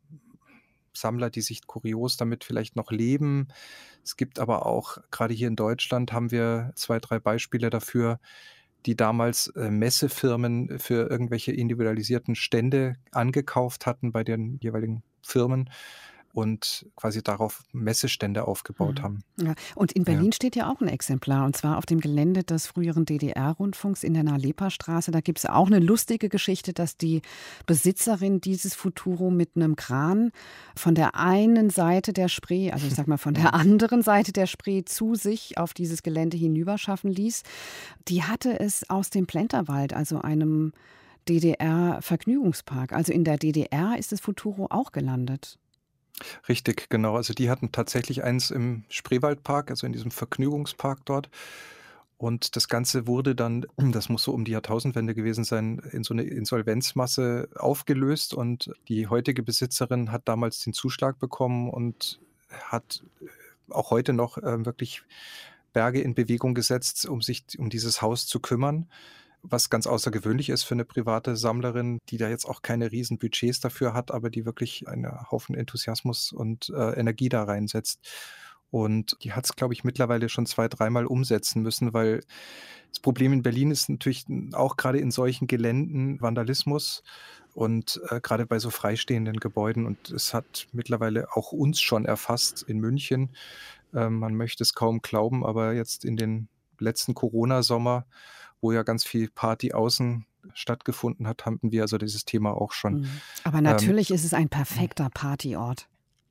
Sammler, die sich kurios damit vielleicht noch leben. Es gibt aber auch, gerade hier in Deutschland haben wir zwei, drei Beispiele dafür, die damals äh, Messefirmen für irgendwelche individualisierten Stände angekauft hatten bei den jeweiligen Firmen und quasi darauf Messestände aufgebaut Mhm. haben. Ja. Und in Berlin Ja. steht ja auch ein Exemplar, und zwar auf dem Gelände des früheren D D R-Rundfunks in der Nalepa-Straße. Da gibt es auch eine lustige Geschichte, dass die Besitzerin dieses Futuro mit einem Kran von der einen Seite der Spree, also ich sag mal von der anderen Seite der Spree, zu sich auf dieses Gelände hinüberschaffen ließ. Die hatte es aus dem Plenterwald, also einem D D R-Vergnügungspark. Also in der D D R ist das Futuro auch gelandet. Richtig, genau. Also die hatten tatsächlich eins im Spreewaldpark, also in diesem Vergnügungspark dort. Und das Ganze wurde dann, das muss so um die Jahrtausendwende gewesen sein, in so eine Insolvenzmasse aufgelöst. Und die heutige Besitzerin hat damals den Zuschlag bekommen und hat auch heute noch äh, wirklich Berge in Bewegung gesetzt, um sich um dieses Haus zu kümmern. Was ganz außergewöhnlich ist für eine private Sammlerin, die da jetzt auch keine riesen Budgets dafür hat, aber die wirklich einen Haufen Enthusiasmus und äh, Energie da reinsetzt. Und die hat es, glaube ich, mittlerweile schon zwei, dreimal umsetzen müssen, weil das Problem in Berlin ist natürlich auch gerade in solchen Geländen Vandalismus und äh, gerade bei so freistehenden Gebäuden. Und es hat mittlerweile auch uns schon erfasst in München. Äh, man möchte es kaum glauben, aber jetzt in den letzten Corona-Sommer, wo ja ganz viel Party außen stattgefunden hat, hatten wir also dieses Thema auch schon. Mhm. Aber natürlich ähm, ist es ein perfekter Partyort.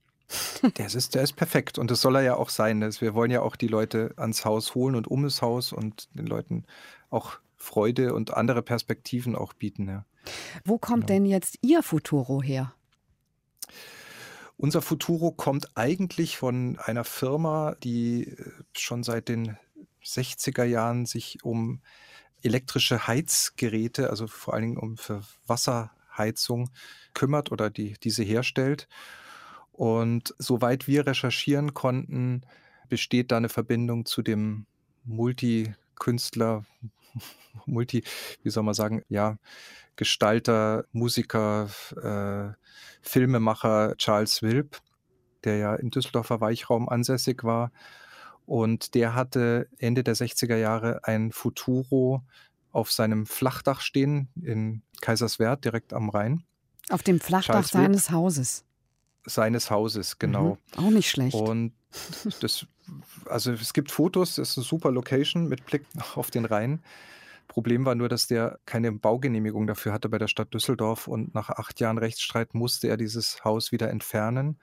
Der ist, der ist perfekt und das soll er ja auch sein. Wir wollen ja auch die Leute ans Haus holen und um das Haus und den Leuten auch Freude und andere Perspektiven auch bieten. Ja. Wo kommt genau. denn jetzt Ihr Futuro her? Unser Futuro kommt eigentlich von einer Firma, die schon seit den sechziger Jahren sich um elektrische Heizgeräte, also vor allen Dingen um für Wasserheizung kümmert oder die diese herstellt. Und soweit wir recherchieren konnten, besteht da eine Verbindung zu dem Multikünstler, Multi, wie soll man sagen, ja, Gestalter, Musiker, äh, Filmemacher Charles Wilp, der ja im Düsseldorfer Weichraum ansässig war. Und der hatte Ende der sechziger Jahre ein Futuro auf seinem Flachdach stehen in Kaiserswerth, direkt am Rhein. Auf dem Flachdach Charles seines Wilp, Hauses. Seines Hauses, genau. Mhm, auch nicht schlecht. Und das, also es gibt Fotos, das ist eine super Location mit Blick auf den Rhein. Problem war nur, dass der keine Baugenehmigung dafür hatte bei der Stadt Düsseldorf und nach acht Jahren Rechtsstreit musste er dieses Haus wieder entfernen.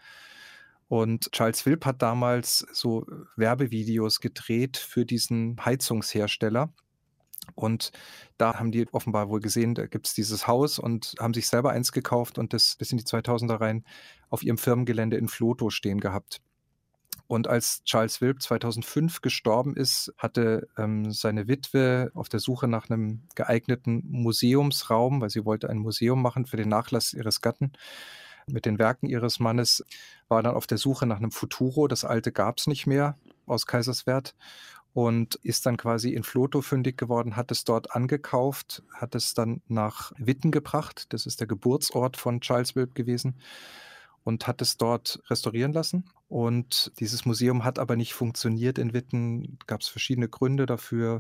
Und Charles Wilp hat damals so Werbevideos gedreht für diesen Heizungshersteller. Und da haben die offenbar wohl gesehen, da gibt es dieses Haus und haben sich selber eins gekauft und das bis in die zweitausender rein auf ihrem Firmengelände in Vlotho stehen gehabt. Und als Charles Wilp zweitausendfünf gestorben ist, hatte ähm, seine Witwe auf der Suche nach einem geeigneten Museumsraum, weil sie wollte ein Museum machen für den Nachlass ihres Gatten, mit den Werken ihres Mannes, war dann auf der Suche nach einem Futuro. Das alte gab es nicht mehr aus Kaiserswerth und ist dann quasi in Vlotho fündig geworden, hat es dort angekauft, hat es dann nach Witten gebracht. Das ist der Geburtsort von Charles Wilp gewesen und hat es dort restaurieren lassen. Und dieses Museum hat aber nicht funktioniert in Witten. Gab es verschiedene Gründe dafür.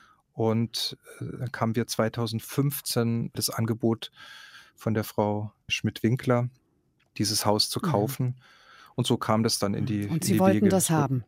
Und dann kamen wir zweitausendfünfzehn das Angebot von der Frau Schmidt-Winkler, dieses Haus zu kaufen. Mhm. Und so kam das dann in die Und Sie in die wollten Wege. das haben?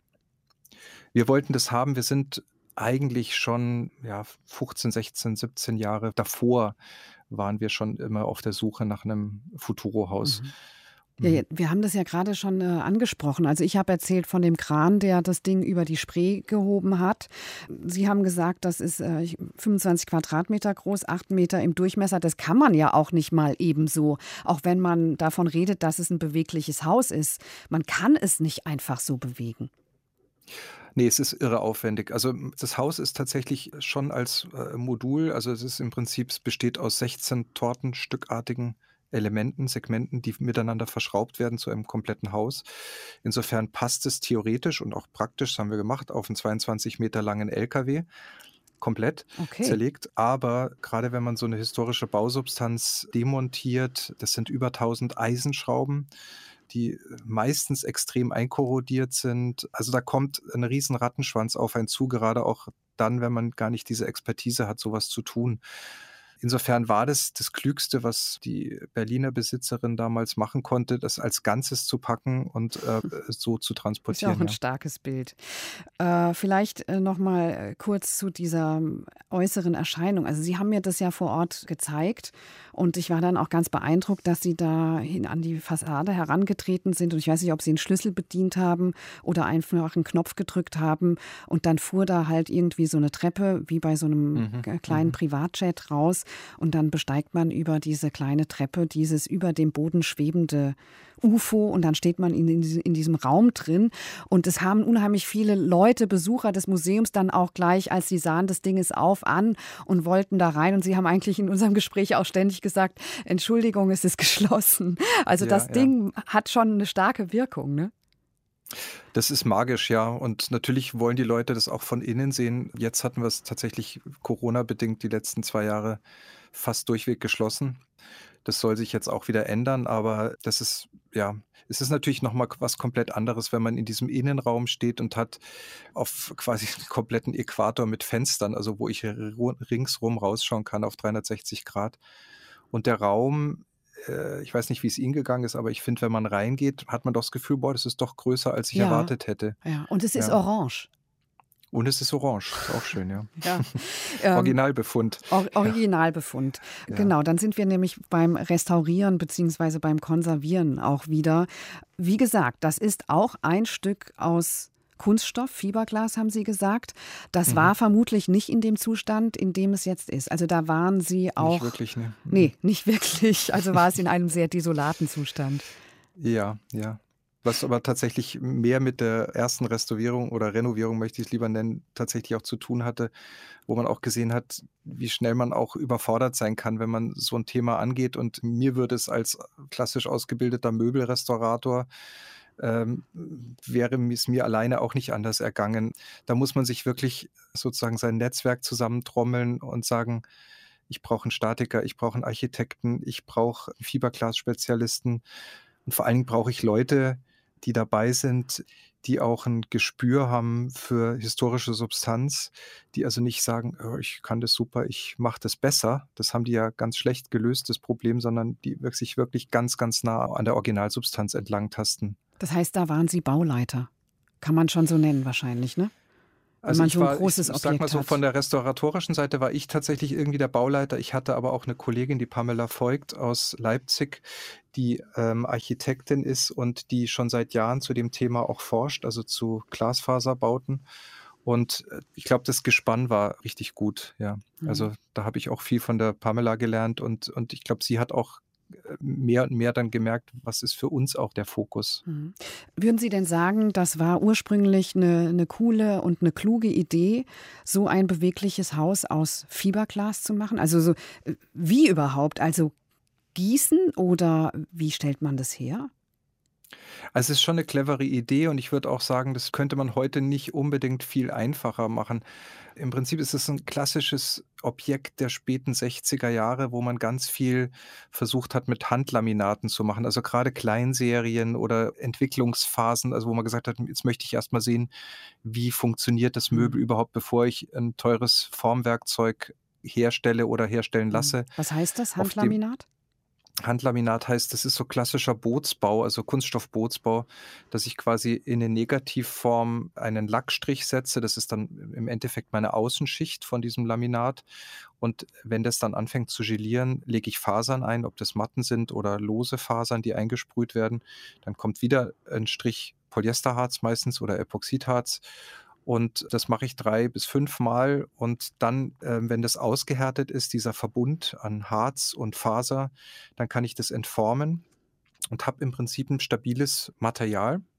Wir wollten das haben. Wir sind eigentlich schon ja, fünfzehn, sechzehn, siebzehn Jahre davor waren wir schon immer auf der Suche nach einem Futuro-Haus. Mhm. Ja, wir haben das ja gerade schon äh, angesprochen. Also ich habe erzählt von dem Kran, der das Ding über die Spree gehoben hat. Sie haben gesagt, das ist äh, fünfundzwanzig Quadratmeter groß, acht Meter im Durchmesser. Das kann man ja auch nicht mal ebenso, auch wenn man davon redet, dass es ein bewegliches Haus ist. Man kann es nicht einfach so bewegen. Ne, es ist irre aufwendig. Also, das Haus ist tatsächlich schon als, äh, Modul, also, es ist im Prinzip es besteht aus sechzehn tortenstückartigen Elementen, Segmenten, die miteinander verschraubt werden zu einem kompletten Haus. Insofern passt es theoretisch und auch praktisch, das haben wir gemacht, auf 'n zweiundzwanzig Meter langen L K W, komplett Okay. zerlegt. Aber grade wenn man so 'ne historische Bausubstanz demontiert, das sind über tausend Eisenschrauben, die, äh, meistens extrem einkorrodiert sind. Also, da kommt 'n riesen Rattenschwanz auf einen zu, gerade auch dann, wenn man gar nicht diese Expertise hat, so was zu tun. Insofern war das das Klügste, was die Berliner Besitzerin damals machen konnte, das als Ganzes zu packen und, äh, so zu Ist ja auch transportieren, 'n ja. starkes Bild. Äh, vielleicht, äh, noch mal, äh, kurz zu dieser äußeren Erscheinung. Also, Sie haben mir das ja vor Ort gezeigt und ich war dann auch ganz beeindruckt, dass Sie da hin an die Fassade herangetreten sind und ich weiß nicht, ob Sie 'n Schlüssel bedient haben oder einfach 'n Knopf gedrückt haben und dann fuhr da halt irgendwie so 'ne Treppe wie bei so 'nem Mhm, k kleinen mhm. Privatjet raus und dann besteigt man über diese kleine Treppe dieses über dem Boden schwebende U F O und dann steht man in in diese in diesem Raum drin und es haben unheimlich viele Leute, Besucher des Museums dann auch gleich, als sie sahen, das Ding ist auf, an und wollten da rein und Sie haben eigentlich in unserem Gespräch auch ständig gesagt: „Entschuldigung, es ist geschlossen.“ Also, Ja, das ja. Ding hat schon 'ne starke Wirkung, ne? Das ist magisch, ja. Und natürlich wollen die Leute das auch von innen sehen. Jetzt hatten wir's tatsächlich Corona-bedingt die letzten zwei Jahre fast durchweg geschlossen. Das soll sich jetzt auch wieder ändern, aber das ist ja, es ist natürlich noch mal k was komplett anderes, wenn man in diesem Innenraum steht und hat auf quasi 'n kompletten Äquator mit Fenstern, also, wo ich r ru ringsrum rausschauen kann auf dreihundertsechzig Grad. Und der Raum, äh, ich weiß nicht, wie's Ihnen gegangen ist, aber ich finde, wenn man reingeht, hat man doch das Gefühl: „Boah, das ist doch größer, als ich Ja, erwartet hätte.“ ja. Und es ist Ja. orange. Und es ist orange, ist auch schön, ja. Ja, ähm, Originalbefund. Or Ja. Originalbefund. Ja. Genau, dann sind wir nämlich beim Restaurieren beziehungsweise beim Konservieren auch wieder. Wie gesagt, das ist auch ein Stück aus Kunststoff, Fiberglas, haben Sie gesagt. Das Mhm. war vermutlich nicht in dem Zustand, in dem es jetzt ist. Also, da waren Sie auch Nicht wirklich, ne. ne, Mhm. nicht wirklich. Also, war es in einem sehr desolaten Zustand. Ja, ja. Was aber tatsächlich mehr mit der ersten Restaurierung oder Renovierung, möchte ich's lieber nennen, tatsächlich auch zu tun hatte, wo man auch gesehen hat, wie schnell man auch überfordert sein kann, wenn man so 'n Thema angeht. Und mir würde es als klassisch ausgebildeter Möbelrestaurator, ähm, wäre es mir alleine auch nicht anders ergangen. Da muss man sich wirklich sozusagen sein Netzwerk zusammentrommeln und sagen: „Ich brauche 'n Statiker, ich brauche 'n Architekten, ich brauche Fiberglasspezialisten.“ Und vor allen Dingen brauche ich Leute, die dabei sind, die auch 'n Gespür haben für historische Substanz, die also nicht sagen: „Oh, ich kann das super, ich mache das besser.“ Das haben die ja ganz schlecht gelöst, das Problem, sondern die wirk sich wirklich ganz, ganz nah an der Originalsubstanz entlang tasten. Das heißt, da waren Sie Bauleiter. Kann man schon so nennen wahrscheinlich, ne? Wenn Also, man ich so 'n war ich großes sage mal Objekt so, von hat. der restauratorischen Seite war ich tatsächlich irgendwie der Bauleiter. Ich hatte aber auch 'ne Kollegin, die Pamela Voigt aus Leipzig, die, ähm, Architektin ist und die schon seit Jahren zu dem Thema auch forscht, also, zu Glasfaserbauten. Und, äh, ich glaube, das Gespann war richtig gut, ja. Mhm. Also, da habe ich auch viel von der Pamela gelernt und und ich glaube, sie hat auch, äh, mehr und mehr dann gemerkt, was ist für uns auch der Fokus. Mhm. Würden Sie denn sagen, das war ursprünglich 'ne 'ne coole und 'ne kluge Idee, so ein bewegliches Haus aus Fiberglas zu machen? Also, so äh, wie überhaupt? Also, gießen oder wie stellt man das her? Also, es ist schon 'ne clevere Idee und ich würde auch sagen, das könnte man heute nicht unbedingt viel einfacher machen. Im Prinzip ist es 'n klassisches Objekt der späten sechziger Jahre, wo man ganz viel versucht hat, mit Handlaminaten zu machen. Also, grade Kleinserien oder Entwicklungsphasen, also, wo man gesagt hat: „Jetzt möchte ich erst mal sehen, wie funktioniert das Möbel Mhm. überhaupt, bevor ich 'n teures Formwerkzeug herstelle oder herstellen Mhm. lasse.“ Was heißt das, Auf dem Handlaminat? Handlaminat heißt, das ist so klassischer Bootsbau, also, Kunststoff-Bootsbau, dass ich quasi in 'ne Negativform einen Lackstrich setze. Das ist dann im im Endeffekt meine Außenschicht von diesem Laminat. Und wenn das dann anfängt zu gelieren, lege ich Fasern ein, ob das Matten sind oder lose Fasern, die eingesprüht werden. Dann kommt wieder 'n Strich Polyesterharz meistens oder Epoxidharz. Und das mache ich drei bis fünf Mal und dann, ähm, wenn das ausgehärtet ist, dieser Verbund an Harz und Faser, dann kann ich das entformen und habe im Prinzip 'n stabiles Material.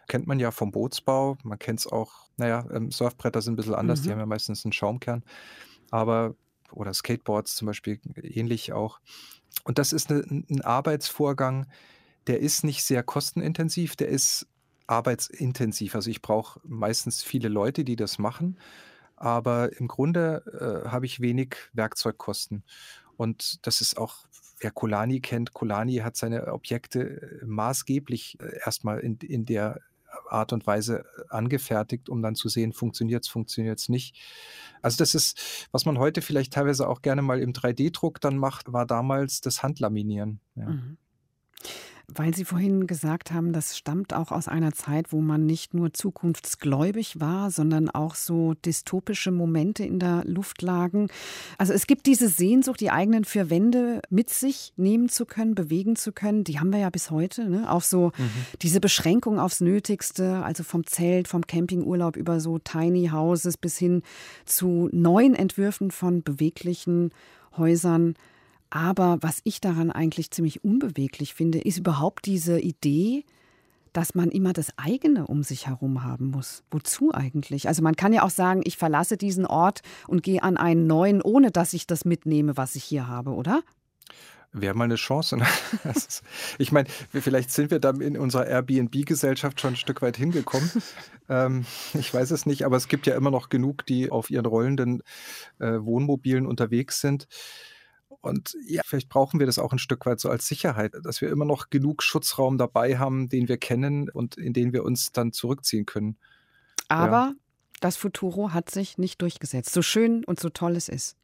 Kennt man ja vom Bootsbau, man kennt es auch, naja, ähm, Surfbretter sind ein bisschen anders, die Mhm. haben ja meistens einen Schaumkern, aber oder Skateboards zum Beispiel ähnlich auch. Und das ist 'ne 'n Arbeitsvorgang, der ist nicht sehr kostenintensiv, der ist arbeitsintensiv. Also, ich brauche meistens viele Leute, die das machen, aber im Grunde, äh, habe ich wenig Werkzeugkosten. Und das ist auch wer Kolani kennt, Kolani hat seine Objekte, äh, maßgeblich, äh, erst mal in in der Art und Weise, äh, angefertigt, um dann zu sehen, funktioniert's, funktioniert's nicht. Also, das ist was man heute vielleicht teilweise auch gerne mal im drei D-Druck dann macht, war damals das Handlaminieren, ja. Mhm. Weil Sie vorhin gesagt haben, das stammt auch aus einer Zeit, wo man nicht nur zukunftsgläubig war, sondern auch so dystopische Momente in der Luft lagen. Also es gibt diese Sehnsucht, die eigenen vier Wände mit sich nehmen zu können, bewegen zu können. Die haben wir ja bis heute, ne? Auch so Mhm. diese Beschränkung aufs Nötigste, also vom Zelt, vom Campingurlaub über so Tiny Houses bis hin zu neuen Entwürfen von beweglichen Häusern. Aber was ich daran eigentlich ziemlich unbeweglich finde, ist überhaupt diese Idee, dass man immer das eigene um sich herum haben muss. Wozu eigentlich? Also man kann ja auch sagen, ich verlasse diesen Ort und gehe an einen neuen, ohne dass ich das mitnehme, was ich hier habe, oder? Wäre mal 'ne Chance, ne? Das ist ich meine, wir vielleicht sind wir dann in unserer Airbnb-Gesellschaft schon 'n Stück weit hingekommen. Ähm, ich weiß es nicht, aber es gibt ja immer noch genug, die auf ihren rollenden, äh, Wohnmobilen unterwegs sind. Und ja, vielleicht brauchen wir das auch 'n Stück weit so als Sicherheit, dass wir immer noch genug Schutzraum dabei haben, den wir kennen und in den wir uns dann zurückziehen können. Ja. Aber das Futuro hat sich nicht durchgesetzt, so schön und so toll es ist.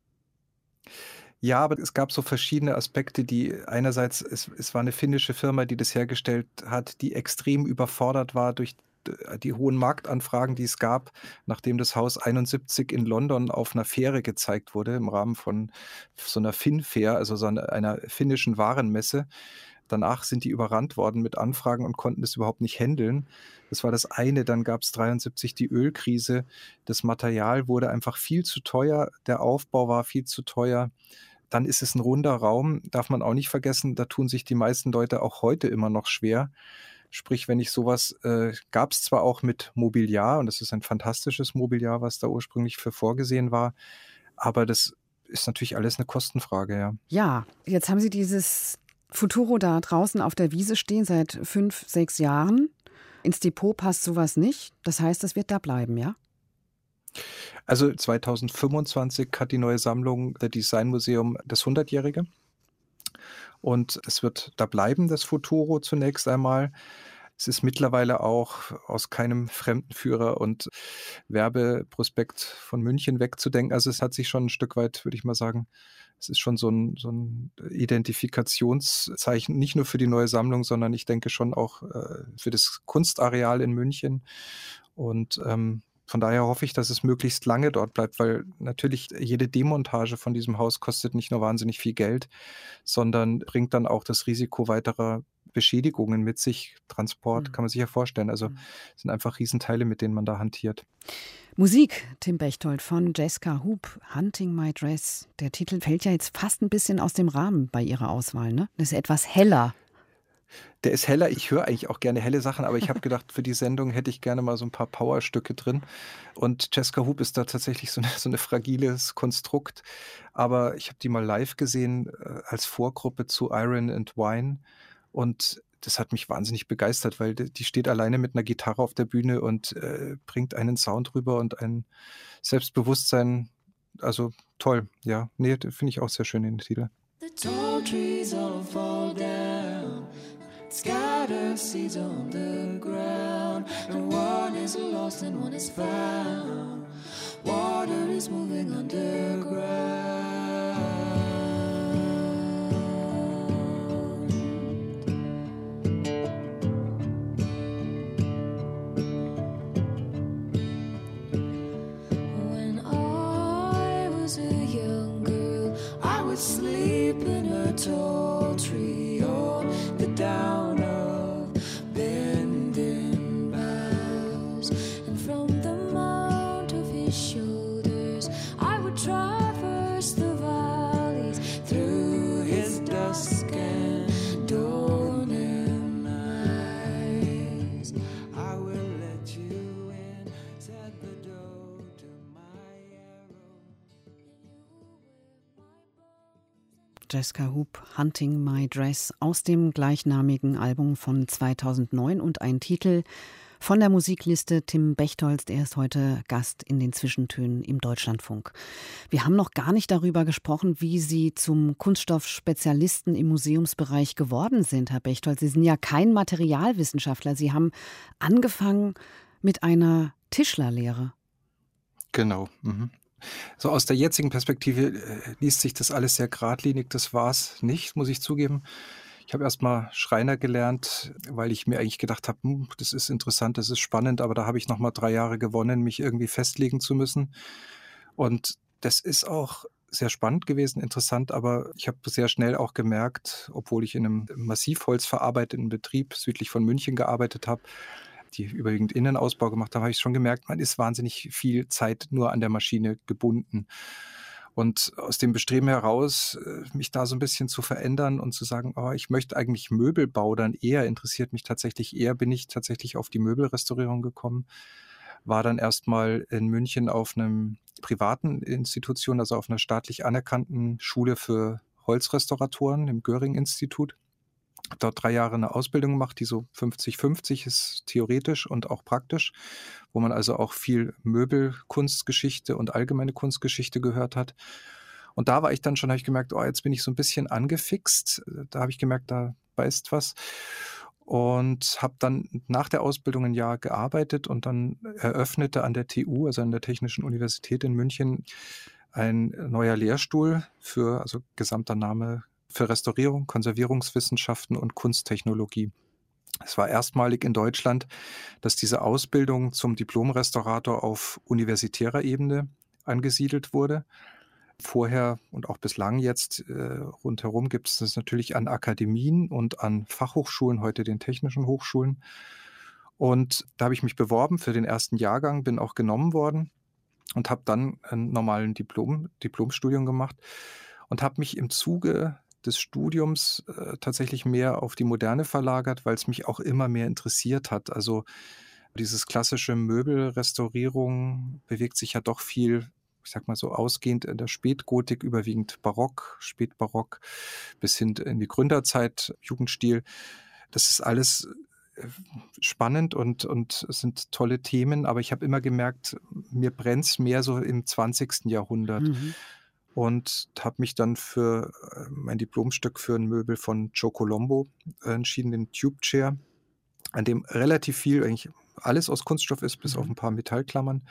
Ja, aber es gab so verschiedene Aspekte, die einerseits es es war 'ne finnische Firma, die das hergestellt hat, die extrem überfordert war durch d die hohen Marktanfragen, die es gab, nachdem das Haus einundsiebzig in London auf 'ner Fähre gezeigt wurde im Rahmen von so 'ner Fin-Fair, also so 'ner einer finnischen Warenmesse. Danach sind die überrannt worden mit Anfragen und konnten das überhaupt nicht händeln. Das war das eine. Dann gab's dreiundsiebzig die Ölkrise. Das Material wurde einfach viel zu teuer. Der Aufbau war viel zu teuer. Dann ist es 'n runder Raum, darf man auch nicht vergessen. Da tun sich die meisten Leute auch heute immer noch schwer. Sprich, wenn ich so was äh, gab's zwar auch mit Mobiliar und das ist ein fantastisches Mobiliar, was da ursprünglich für vorgesehen war, aber das ist natürlich alles 'ne Kostenfrage, ja. Ja, jetzt haben Sie dieses Futuro da draußen auf der Wiese stehen seit fünf, sechs Jahren. Ins Depot passt so was nicht. Das heißt, das wird da bleiben, ja? Also, zweitausendfünfundzwanzig hat die neue Sammlung der Designmuseum das Hundertjährige. Und es wird da bleiben, das Futuro zunächst einmal. Es ist mittlerweile auch aus keinem Fremdenführer und Werbeprospekt von München wegzudenken. Also, es hat sich schon 'n Stück weit, würde ich mal sagen es ist schon so 'n so 'n Identifikationszeichen, nicht nur für die neue Sammlung, sondern ich denke schon auch, äh, für das Kunstareal in München. Und, ähm, von daher hoffe ich, dass es möglichst lange dort bleibt, weil natürlich jede Demontage von diesem Haus kostet nicht nur wahnsinnig viel Geld, sondern bringt dann auch das Risiko weiterer Beschädigungen mit sich. Transport, Mhm. kann man sich ja vorstellen. Also, Mhm. es sind einfach Riesenteile, mit denen man da hantiert. Musik, Tim Bechtold von Jessica Huub, „Hunting My Dress“. Der Titel fällt ja jetzt fast 'n bisschen aus dem Rahmen bei Ihrer Auswahl, ne? Das ist etwas heller. Der ist heller. Ich höre eigentlich auch gerne helle Sachen, aber ich habe gedacht, für die Sendung hätte ich gerne mal so 'n paar Powerstücke drin. Und Jessica Huub ist da tatsächlich so 'ne so 'ne fragiles Konstrukt. Aber ich habe die mal live gesehen, äh, als Vorgruppe zu Iron and Wine. Und das hat mich wahnsinnig begeistert, weil d die steht alleine mit 'ner Gitarre auf der Bühne und, äh, bringt einen Sound rüber und ein Selbstbewusstsein. Also, toll, ja. Ne, d finde ich auch sehr schön, den Titel. The tall trees all fall down, scatter seeds on the ground, and one is lost and one is found. Water is moving underground. When I was a young girl, I would sleep in a tall tree on the down of bending boughs, and from the mount of his shoulders I would traverse the valleys through his dusk and dawning eyes. I would Jessica Hoop, Hunting My Dress, aus dem gleichnamigen Album von zweitausendneun und ein Titel von der Musikliste Tim Bechtold. Er ist heute Gast in den Zwischentönen im Deutschlandfunk. Wir haben noch gar nicht darüber gesprochen, wie Sie zum Kunststoffspezialisten im Museumsbereich geworden sind, Herr Bechtold. Sie sind ja kein Materialwissenschaftler. Sie haben angefangen mit einer Tischlerlehre. Genau. Mhm. So aus der jetzigen Perspektive äh, liest sich das alles sehr geradlinig. Das war es nicht, muss ich zugeben. Ich habe erst mal Schreiner gelernt, weil ich mir eigentlich gedacht habe, hm, das ist interessant, das ist spannend, aber da habe ich noch mal drei Jahre gewonnen, mich irgendwie festlegen zu müssen. Und das ist auch sehr spannend gewesen, interessant, aber ich habe sehr schnell auch gemerkt, obwohl ich in einem Massivholz verarbeitenden Betrieb südlich von München gearbeitet habe, die überwiegend Innenausbau gemacht haben, habe ich schon gemerkt, man ist wahnsinnig viel Zeit nur an der Maschine gebunden. Und aus dem Bestreben heraus, mich da so ein bisschen zu verändern und zu sagen, oh, ich möchte eigentlich Möbelbau dann eher, interessiert mich tatsächlich eher, bin ich tatsächlich auf die Möbelrestaurierung gekommen, war dann erstmal in München auf einem privaten Institution, also auf einer staatlich anerkannten Schule für Holzrestauratoren im Göring-Institut. Habe dort drei Jahre eine Ausbildung gemacht, die so fünfzig fünfzig ist, theoretisch und auch praktisch, wo man also auch viel Möbelkunstgeschichte und allgemeine Kunstgeschichte gehört hat. Und da war ich dann schon, habe ich gemerkt, oh, jetzt bin ich so ein bisschen angefixt. Da habe ich gemerkt, da beißt was. Und habe dann nach der Ausbildung ein Jahr gearbeitet und dann eröffnete an der T U, also an der Technischen Universität in München, ein neuer Lehrstuhl für, also gesamter Name, für Restaurierung, Konservierungswissenschaften und Kunsttechnologie. Es war erstmalig in Deutschland, dass diese Ausbildung zum Diplom-Restaurator auf universitärer Ebene angesiedelt wurde. Vorher und auch bislang jetzt äh, rundherum gibt es das natürlich an Akademien und an Fachhochschulen, heute den technischen Hochschulen. Und da habe ich mich beworben für den ersten Jahrgang, bin auch genommen worden und habe dann einen normalen Diplom, Diplomstudium gemacht und habe mich im Zuge des Studiums äh, tatsächlich mehr auf die Moderne verlagert, weil es mich auch immer mehr interessiert hat. Also dieses klassische Möbelrestaurierung bewegt sich ja doch viel, ich sag mal so ausgehend in der Spätgotik, überwiegend Barock, Spätbarock bis hin in die Gründerzeit, Jugendstil. Das ist alles spannend und, und es sind tolle Themen, aber ich habe immer gemerkt, mir brennt es mehr so im zwanzigsten Jahrhundert. Mhm. Und habe mich dann für mein Diplomstück für ein Möbel von Joe Colombo entschieden, den Tube Chair, an dem relativ viel, eigentlich alles aus Kunststoff ist, bis mhm. auf ein paar Metallklammern.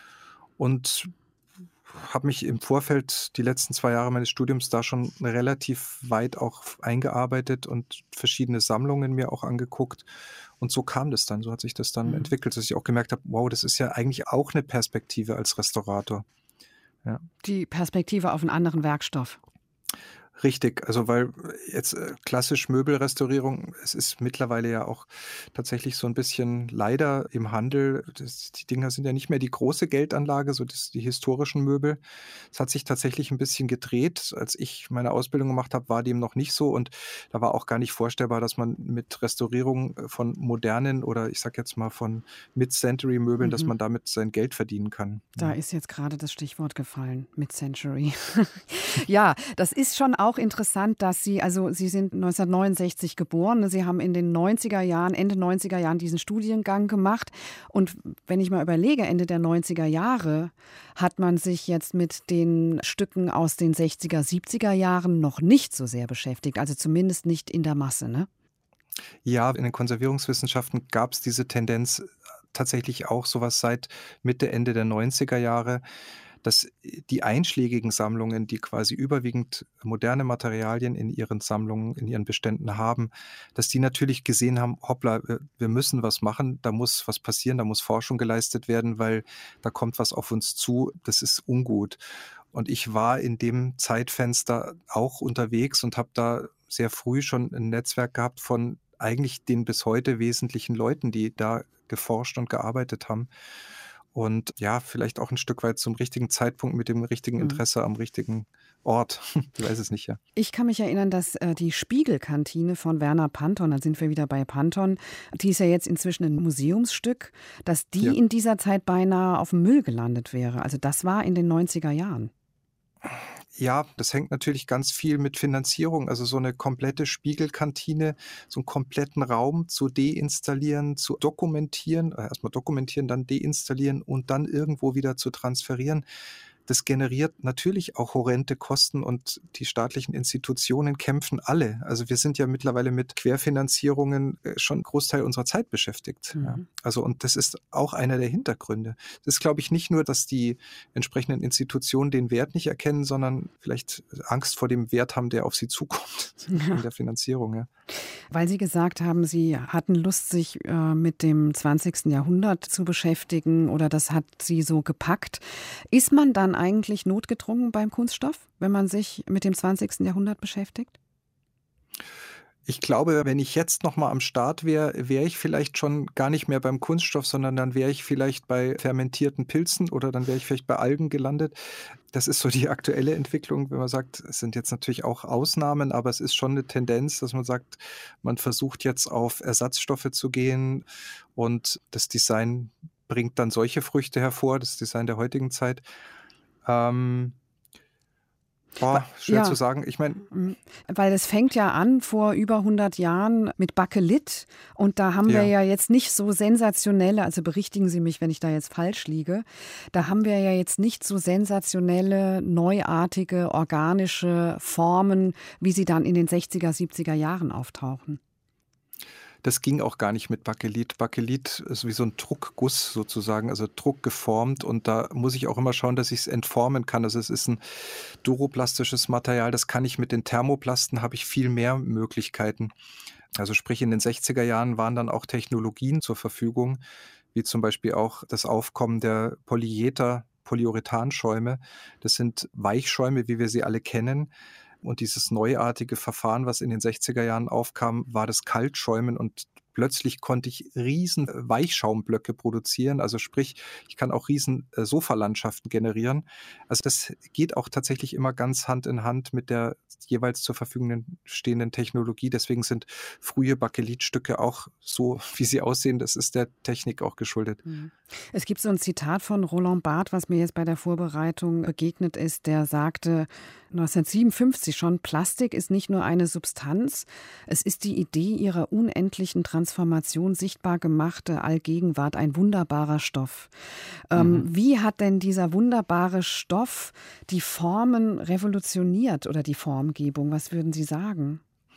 Und habe mich im Vorfeld die letzten zwei Jahre meines Studiums da schon relativ weit auch eingearbeitet und verschiedene Sammlungen mir auch angeguckt. Und so kam das dann, so hat sich das dann mhm. entwickelt, dass ich auch gemerkt habe, wow, das ist ja eigentlich auch eine Perspektive als Restaurator. Ja. Die Perspektive auf einen anderen Werkstoff. Richtig, also weil jetzt äh, klassisch Möbelrestaurierung, es ist mittlerweile ja auch tatsächlich so ein bisschen leider im Handel, das, die Dinger sind ja nicht mehr die große Geldanlage, so das, die historischen Möbel. Es hat sich tatsächlich ein bisschen gedreht. Als ich meine Ausbildung gemacht habe, war dem noch nicht so und da war auch gar nicht vorstellbar, dass man mit Restaurierung von modernen oder ich sag jetzt mal von Mid-Century-Möbeln, mhm. dass man damit sein Geld verdienen kann. Da ja. ist jetzt gerade das Stichwort gefallen, Mid-Century. Ja, das ist schon auch interessant, dass Sie, also Sie sind neunzehnhundertneunundsechzig geboren, Sie haben in den neunziger Jahren, Ende neunziger Jahren diesen Studiengang gemacht und wenn ich mal überlege, Ende der neunziger Jahre hat man sich jetzt mit den Stücken aus den sechziger, siebziger Jahren noch nicht so sehr beschäftigt, also zumindest nicht in der Masse, ne? Ja, in den Konservierungswissenschaften gab es diese Tendenz tatsächlich auch sowas seit Mitte, Ende der neunziger Jahre, dass die einschlägigen Sammlungen, die quasi überwiegend moderne Materialien in ihren Sammlungen, in ihren Beständen haben, dass die natürlich gesehen haben, hoppla, wir müssen was machen, da muss was passieren, da muss Forschung geleistet werden, weil da kommt was auf uns zu, das ist ungut. Und ich war in dem Zeitfenster auch unterwegs und habe da sehr früh schon ein Netzwerk gehabt von eigentlich den bis heute wesentlichen Leuten, die da geforscht und gearbeitet haben. Und ja, vielleicht auch ein Stück weit zum richtigen Zeitpunkt mit dem richtigen Interesse mhm. am richtigen Ort. Ich weiß es nicht, ja. Ich kann mich erinnern, dass äh, die Spiegelkantine von Werner Panton, da sind wir wieder bei Panton, die ist ja jetzt inzwischen ein Museumsstück, dass die ja. in dieser Zeit beinahe auf dem Müll gelandet wäre. Also das war in den neunziger Jahren. Ja, das hängt natürlich ganz viel mit Finanzierung, also so eine komplette Spiegelkantine, so einen kompletten Raum zu deinstallieren, zu dokumentieren, äh, erst mal dokumentieren, dann deinstallieren und dann irgendwo wieder zu transferieren. Das generiert natürlich auch horrende Kosten und die staatlichen Institutionen kämpfen alle. Also wir sind ja mittlerweile mit Querfinanzierungen äh, schon einen Großteil unserer Zeit beschäftigt. Mhm. Ja. Also und das ist auch einer der Hintergründe. Das ist, glaube ich, nicht nur, dass die entsprechenden Institutionen den Wert nicht erkennen, sondern vielleicht Angst vor dem Wert haben, der auf sie zukommt Ja. in der Finanzierung. Ja. Weil Sie gesagt haben, Sie hatten Lust, sich äh, mit dem zwanzigsten Jahrhundert zu beschäftigen oder das hat Sie so gepackt. Ist man dann eigentlich notgedrungen beim Kunststoff, wenn man sich mit dem zwanzigsten Jahrhundert beschäftigt? Ich glaube, wenn ich jetzt noch mal am Start wäre, wäre ich vielleicht schon gar nicht mehr beim Kunststoff, sondern dann wäre ich vielleicht bei fermentierten Pilzen oder dann wäre ich vielleicht bei Algen gelandet. Das ist so die aktuelle Entwicklung, wenn man sagt, es sind jetzt natürlich auch Ausnahmen, aber es ist schon eine Tendenz, dass man sagt, man versucht jetzt auf Ersatzstoffe zu gehen und das Design bringt dann solche Früchte hervor, das Design der heutigen Zeit. Ähm, Boah, schwer Ja. zu sagen. Ich meine, Mhm. Weil es fängt ja an vor über hundert Jahren mit Bakelit und da haben wir Ja. ja jetzt nicht so sensationelle, also berichtigen Sie mich, wenn ich da jetzt falsch liege, da haben wir ja jetzt nicht so sensationelle, neuartige, organische Formen, wie sie dann in den sechziger, siebziger Jahren auftauchen. das ging auch gar nicht mit Bakelit. Bakelit ist wie so ein Druckguss sozusagen, also druckgeformt und da muss ich auch immer schauen, dass ich es entformen kann. Also es ist ein duroplastisches Material, das kann ich mit den Thermoplasten, habe ich viel mehr Möglichkeiten. Also sprich in den sechziger Jahren waren dann auch Technologien zur Verfügung, wie zum Beispiel auch das Aufkommen der Polyether, Polyurethanschäume. Das sind Weichschäume, wie wir sie alle kennen. Und dieses neuartige Verfahren, was in den sechziger Jahren aufkam, war das Kaltschäumen und plötzlich konnte ich riesen Weichschaumblöcke produzieren, also sprich, ich kann auch riesen Sofalandschaften generieren. Also das geht auch tatsächlich immer ganz Hand in Hand mit der jeweils zur Verfügung stehenden Technologie. Deswegen sind frühe Bakelitstücke auch so, wie sie aussehen, das ist der Technik auch geschuldet. Es gibt so ein Zitat von Roland Barthes, was mir jetzt bei der Vorbereitung begegnet ist, der sagte neunzehnhundertsiebenundfünfzig schon, Plastik ist nicht nur eine Substanz, es ist die Idee ihrer unendlichen Transformation sichtbar gemachte Allgegenwart, ein wunderbarer Stoff. Ähm, mhm. Wie hat denn dieser wunderbare Stoff die Formen revolutioniert oder die Formgebung? Was würden Sie sagen?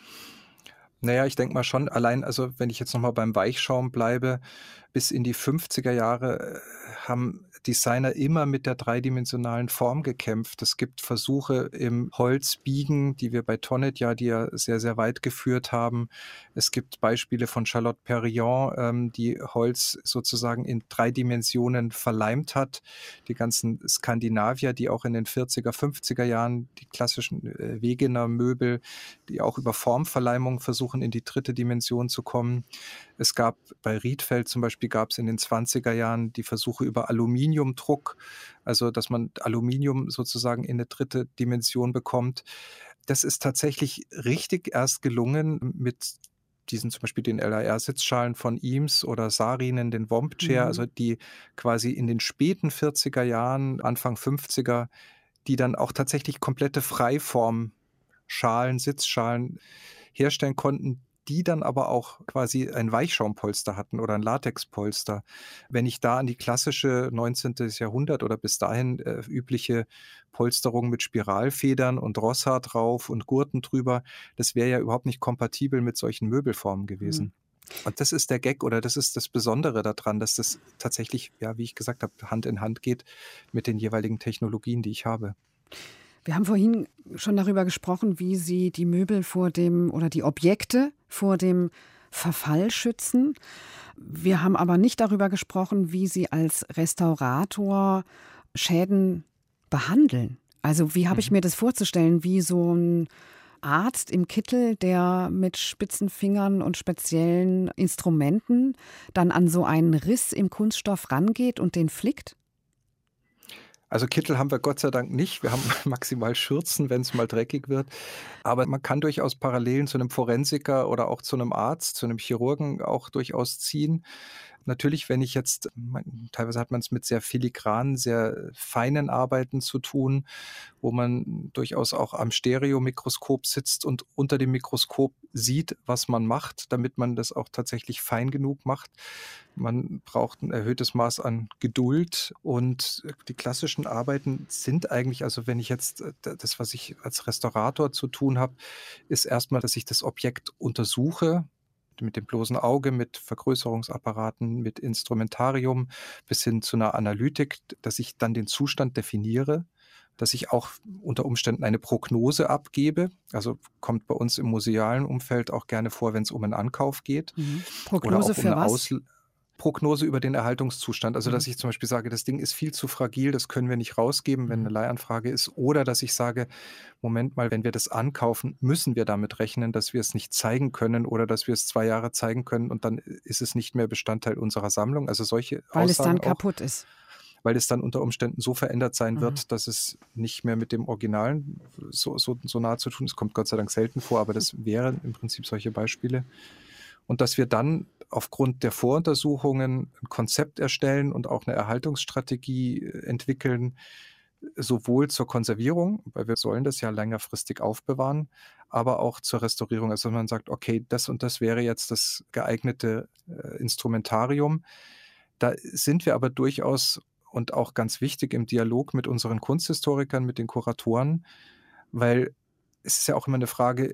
Naja, ich denke mal schon, allein, also wenn ich jetzt nochmal beim Weichschaum bleibe, bis in die fünfziger Jahre haben Designer immer mit der dreidimensionalen Form gekämpft. Es gibt Versuche im Holzbiegen, die wir bei Tonnet ja, die ja sehr, sehr weit geführt haben. Es gibt Beispiele von Charlotte Perriand, ähm, die Holz sozusagen in drei Dimensionen verleimt hat. Die ganzen Skandinavier, die auch in den vierziger, fünfziger Jahren die klassischen äh, Wegener Möbel, die auch über Formverleimung versuchen, in die dritte Dimension zu kommen. Es gab bei Rietveld zum Beispiel, gab es in den zwanziger Jahren die Versuche über Aluminiumdruck, also dass man Aluminium sozusagen in eine dritte Dimension bekommt. Das ist tatsächlich richtig erst gelungen mit diesen zum Beispiel den L A R-Sitzschalen von Eames oder Saarinen, den Womb Chair, mhm. also die quasi in den späten vierziger Jahren, Anfang fünfziger, die dann auch tatsächlich komplette Freiform-Schalen, Sitzschalen herstellen konnten, die dann aber auch quasi ein Weichschaumpolster hatten oder ein Latexpolster. Wenn ich da an die klassische neunzehnten. Jahrhundert oder bis dahin äh, übliche Polsterung mit Spiralfedern und Rosshaar drauf und Gurten drüber, das wäre ja überhaupt nicht kompatibel mit solchen Möbelformen gewesen. Mhm. Und das ist der Gag oder das ist das Besondere daran, dass das tatsächlich, ja, wie ich gesagt habe, Hand in Hand geht mit den jeweiligen Technologien, die ich habe. Wir haben vorhin schon darüber gesprochen, wie Sie die Möbel vor dem oder die Objekte vor dem Verfall schützen. Wir haben aber nicht darüber gesprochen, wie Sie als Restaurator Schäden behandeln. Also wie habe ich mir das vorzustellen, wie so ein Arzt im Kittel, der mit spitzen Fingern und speziellen Instrumenten dann an so einen Riss im Kunststoff rangeht und den flickt? Also Kittel haben wir Gott sei Dank nicht. Wir haben maximal Schürzen, wenn es mal dreckig wird. Aber man kann durchaus Parallelen zu einem Forensiker oder auch zu einem Arzt, zu einem Chirurgen auch durchaus ziehen. natürlich, wenn ich jetzt, teilweise hat man es mit sehr filigranen, sehr feinen Arbeiten zu tun, wo man durchaus auch am Stereomikroskop sitzt und unter dem Mikroskop sieht, was man macht, damit man das auch tatsächlich fein genug macht. Man braucht ein erhöhtes Maß an Geduld und die klassischen Arbeiten sind eigentlich, also wenn ich jetzt das, was ich als Restaurator zu tun habe, ist erstmal, dass ich das Objekt untersuche, mit dem bloßen Auge, mit Vergrößerungsapparaten, mit Instrumentarium bis hin zu einer Analytik, dass ich dann den Zustand definiere, dass ich auch unter Umständen eine Prognose abgebe. Also kommt bei uns im musealen Umfeld auch gerne vor, wenn es um einen Ankauf geht. Mhm. Oder Prognose auch um für eine was? Aus Prognose über den Erhaltungszustand. Also, Mhm. dass ich zum Beispiel sage, das Ding ist viel zu fragil, das können wir nicht rausgeben, wenn Mhm. eine Leihanfrage ist. Oder dass ich sage, Moment mal, wenn wir das ankaufen, müssen wir damit rechnen, dass wir es nicht zeigen können oder dass wir es zwei Jahre zeigen können und dann ist es nicht mehr Bestandteil unserer Sammlung. Also solche Weil es Aussagen dann auch, kaputt ist. weil es dann unter Umständen so verändert sein Mhm. wird, dass es nicht mehr mit dem Originalen so, so, so nahe zu tun ist. Kommt Gott sei Dank selten vor, aber das wären im Prinzip solche Beispiele. Und dass wir dann aufgrund der Voruntersuchungen ein Konzept erstellen und auch eine Erhaltungsstrategie entwickeln, sowohl zur Konservierung, weil wir sollen das ja längerfristig aufbewahren, aber auch zur Restaurierung. Also man sagt, okay, das und das wäre jetzt das geeignete äh, Instrumentarium. Da sind wir aber durchaus und auch ganz wichtig im Dialog mit unseren Kunsthistorikern, mit den Kuratoren, weil es ist ja auch immer eine Frage,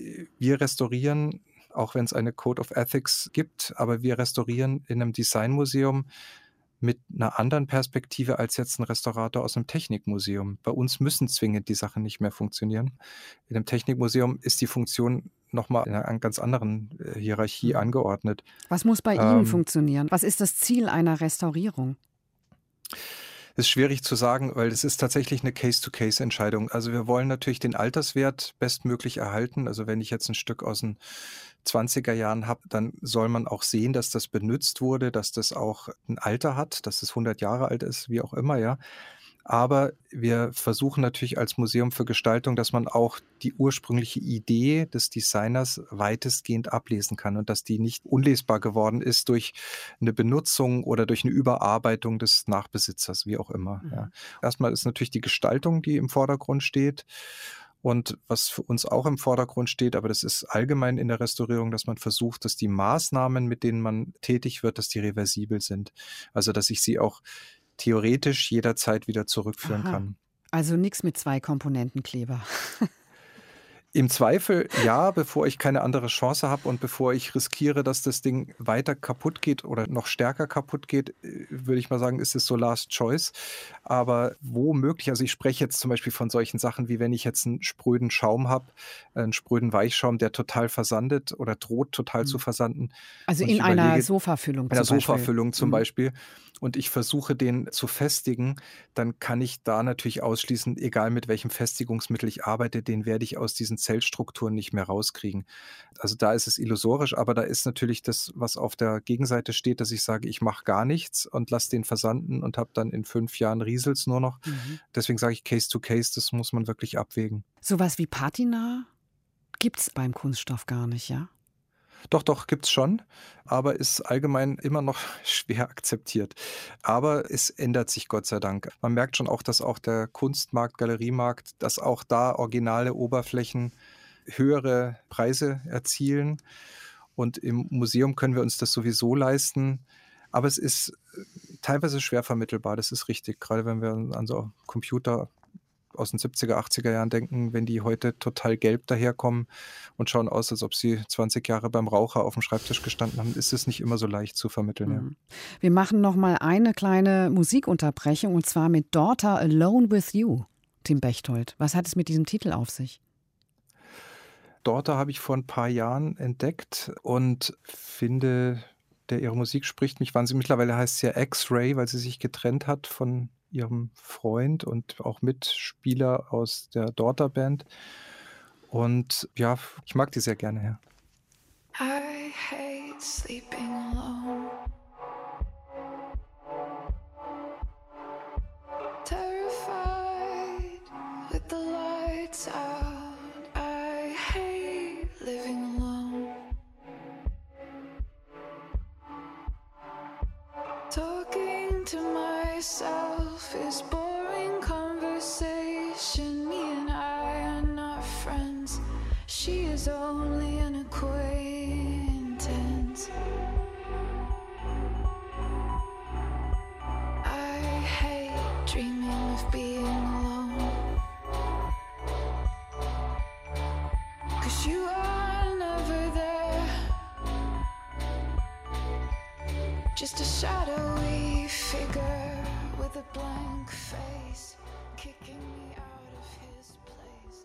wir restaurieren, auch wenn es eine Code of Ethics gibt, aber wir restaurieren in einem Designmuseum mit einer anderen Perspektive als jetzt ein Restaurator aus einem Technikmuseum. Bei uns müssen zwingend die Sachen nicht mehr funktionieren. In einem Technikmuseum ist die Funktion nochmal in einer ganz anderen äh, Hierarchie Mhm. angeordnet. Was muss bei Ihnen Ähm, funktionieren? Was ist das Ziel einer Restaurierung? Das ist schwierig zu sagen, weil es ist tatsächlich eine Case-to-Case-Entscheidung. Also wir wollen natürlich den Alterswert bestmöglich erhalten. Also wenn ich jetzt ein Stück aus den zwanziger Jahren habe, dann soll man auch sehen, dass das benutzt wurde, dass das auch ein Alter hat, dass es hundert Jahre alt ist, wie auch immer, ja. Aber wir versuchen natürlich als Museum für Gestaltung, dass man auch die ursprüngliche Idee des Designers weitestgehend ablesen kann und dass die nicht unlesbar geworden ist durch eine Benutzung oder durch eine Überarbeitung des Nachbesitzers, wie auch immer. Mhm. Ja. Erstmal ist natürlich die Gestaltung, die im Vordergrund steht. Und was für uns auch im Vordergrund steht, aber das ist allgemein in der Restaurierung, dass man versucht, dass die Maßnahmen, mit denen man tätig wird, dass die reversibel sind. Also dass ich sie auch theoretisch jederzeit wieder zurückführen Aha. kann. Also nichts mit zwei Komponentenkleber. Im Zweifel ja, bevor ich keine andere Chance habe und bevor ich riskiere, dass das Ding weiter kaputt geht oder noch stärker kaputt geht, äh, würde ich mal sagen, ist es so Last Choice. Aber wo möglich, also ich spreche jetzt zum Beispiel von solchen Sachen, wie wenn ich jetzt einen spröden Schaum habe, einen spröden Weichschaum, der total versandet oder droht total zu Mhm. versanden. Also Und in ich einer überlege, Sofafüllung bei einer zum Beispiel. Sofafüllung zum Mhm. Beispiel, und ich versuche, den zu festigen, dann kann ich da natürlich ausschließen, egal mit welchem Festigungsmittel ich arbeite, den werde ich aus diesen Zellstrukturen nicht mehr rauskriegen. Also da ist es illusorisch, aber da ist natürlich das, was auf der Gegenseite steht, dass ich sage, ich mache gar nichts und lasse den versanden und habe dann in fünf Jahren Riesels nur noch. Mhm. Deswegen sage ich Case to Case, das muss man wirklich abwägen. Sowas wie Patina gibt es beim Kunststoff gar nicht, ja? Doch, doch, gibt's schon, aber ist allgemein immer noch schwer akzeptiert. Aber es ändert sich Gott sei Dank. Man merkt schon auch, dass auch der Kunstmarkt, Galeriemarkt, dass auch da originale Oberflächen höhere Preise erzielen. Und im Museum können wir uns das sowieso leisten. Aber es ist äh, teilweise schwer vermittelbar, das ist richtig. Gerade wenn wir an so Computer aus den siebziger, achtziger Jahren denken, wenn die heute total gelb daherkommen und schauen aus, als ob sie zwanzig Jahre beim Raucher auf dem Schreibtisch gestanden haben, ist es nicht immer so leicht zu vermitteln. Ja. Mhm. Wir machen noch mal eine kleine Musikunterbrechung und zwar mit Daughter Alone with You, Tim Bechtold. Was hat es mit diesem Titel auf sich? Daughter habe ich vor ein paar Jahren entdeckt und finde, der ihre Musik spricht mich wahnsinnig. Mittlerweile heißt sie ja X-Ray, weil sie sich getrennt hat von ihrem Freund und auch Mitspieler aus der Daughter-Band. Und ja, ich mag die sehr gerne, ja. I hate sleeping alone. Terrified with the lights out. I hate living alone. was only an acquaintance. I hate dreaming of being alone, 'cause you are never there, just a shadowy figure with a blank face, kicking me out of his place.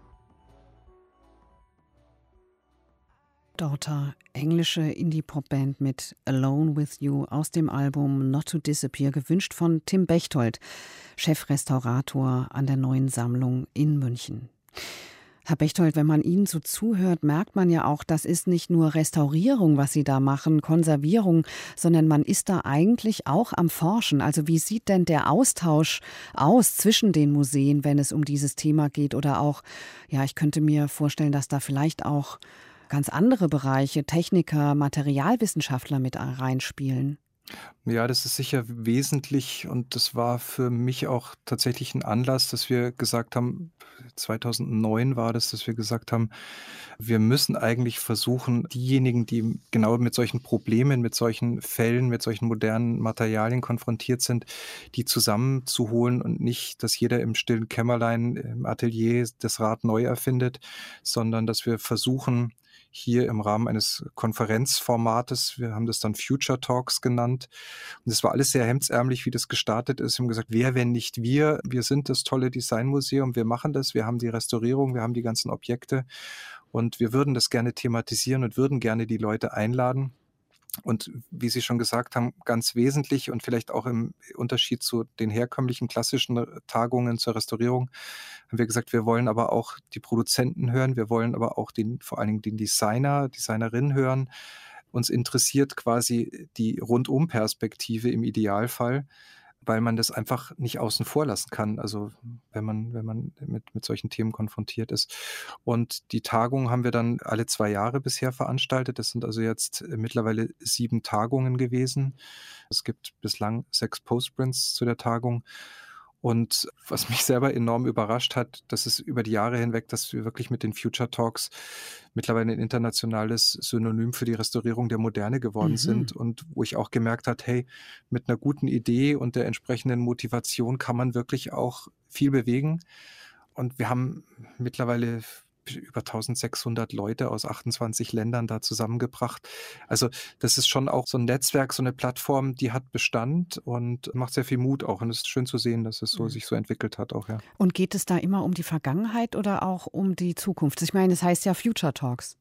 Daughter, englische Indie-Pop-Band mit Alone With You aus dem Album Not to Disappear, gewünscht von Tim Bechtold, Chefrestaurator an der Neuen Sammlung in München. Herr Bechtold, wenn man Ihnen so zuhört, merkt man ja auch, das ist nicht nur Restaurierung, was Sie da machen, Konservierung, sondern man ist da eigentlich auch am Forschen. Also wie sieht denn der Austausch aus zwischen den Museen, wenn es um dieses Thema geht? Oder auch, ja, ich könnte mir vorstellen, dass da vielleicht auch ganz andere Bereiche, Techniker, Materialwissenschaftler mit reinspielen. Ja, das ist sicher wesentlich und das war für mich auch tatsächlich ein Anlass, dass wir gesagt haben, zweitausendneun war das, dass wir gesagt haben, wir müssen eigentlich versuchen, diejenigen, die genau mit solchen Problemen, mit solchen Fällen, mit solchen modernen Materialien konfrontiert sind, die zusammenzuholen und nicht, dass jeder im stillen Kämmerlein im Atelier das Rad neu erfindet, sondern dass wir versuchen, hier im Rahmen eines Konferenzformates, wir haben das dann Future Talks genannt. Und es war alles sehr hemdsärmlich, wie das gestartet ist. Wir haben gesagt, wer, wenn nicht wir? Wir sind das tolle Designmuseum, wir machen das, wir haben die Restaurierung, wir haben die ganzen Objekte und wir würden das gerne thematisieren und würden gerne die Leute einladen. Und wie Sie schon gesagt haben, ganz wesentlich und vielleicht auch im Unterschied zu den herkömmlichen klassischen Tagungen zur Restaurierung, haben wir gesagt, wir wollen aber auch die Produzenten hören, wir wollen aber auch den, vor allen Dingen den Designer, Designerinnen hören. Uns interessiert quasi die Rundum-Perspektive im Idealfall, weil man das einfach nicht außen vor lassen kann, also wenn man, wenn man mit, mit solchen Themen konfrontiert ist. Und die Tagung haben wir dann alle zwei Jahre bisher veranstaltet. Das sind also jetzt mittlerweile sieben Tagungen gewesen. Es gibt bislang sechs Postprints zu der Tagung. Und was mich selber enorm überrascht hat, das ist über die Jahre hinweg, dass wir wirklich mit den Future Talks mittlerweile ein internationales Synonym für die Restaurierung der Moderne geworden mhm. sind und wo ich auch gemerkt habe, hey, mit einer guten Idee und der entsprechenden Motivation kann man wirklich auch viel bewegen. Und wir haben mittlerweile über eintausendsechshundert Leute aus achtundzwanzig Ländern da zusammengebracht. Also das ist schon auch so ein Netzwerk, so eine Plattform, die hat Bestand und macht sehr viel Mut auch. Und es ist schön zu sehen, dass es so, mhm. sich so entwickelt hat auch, ja. Und geht es da immer um die Vergangenheit oder auch um die Zukunft? Ich meine, es heißt ja Future Talks.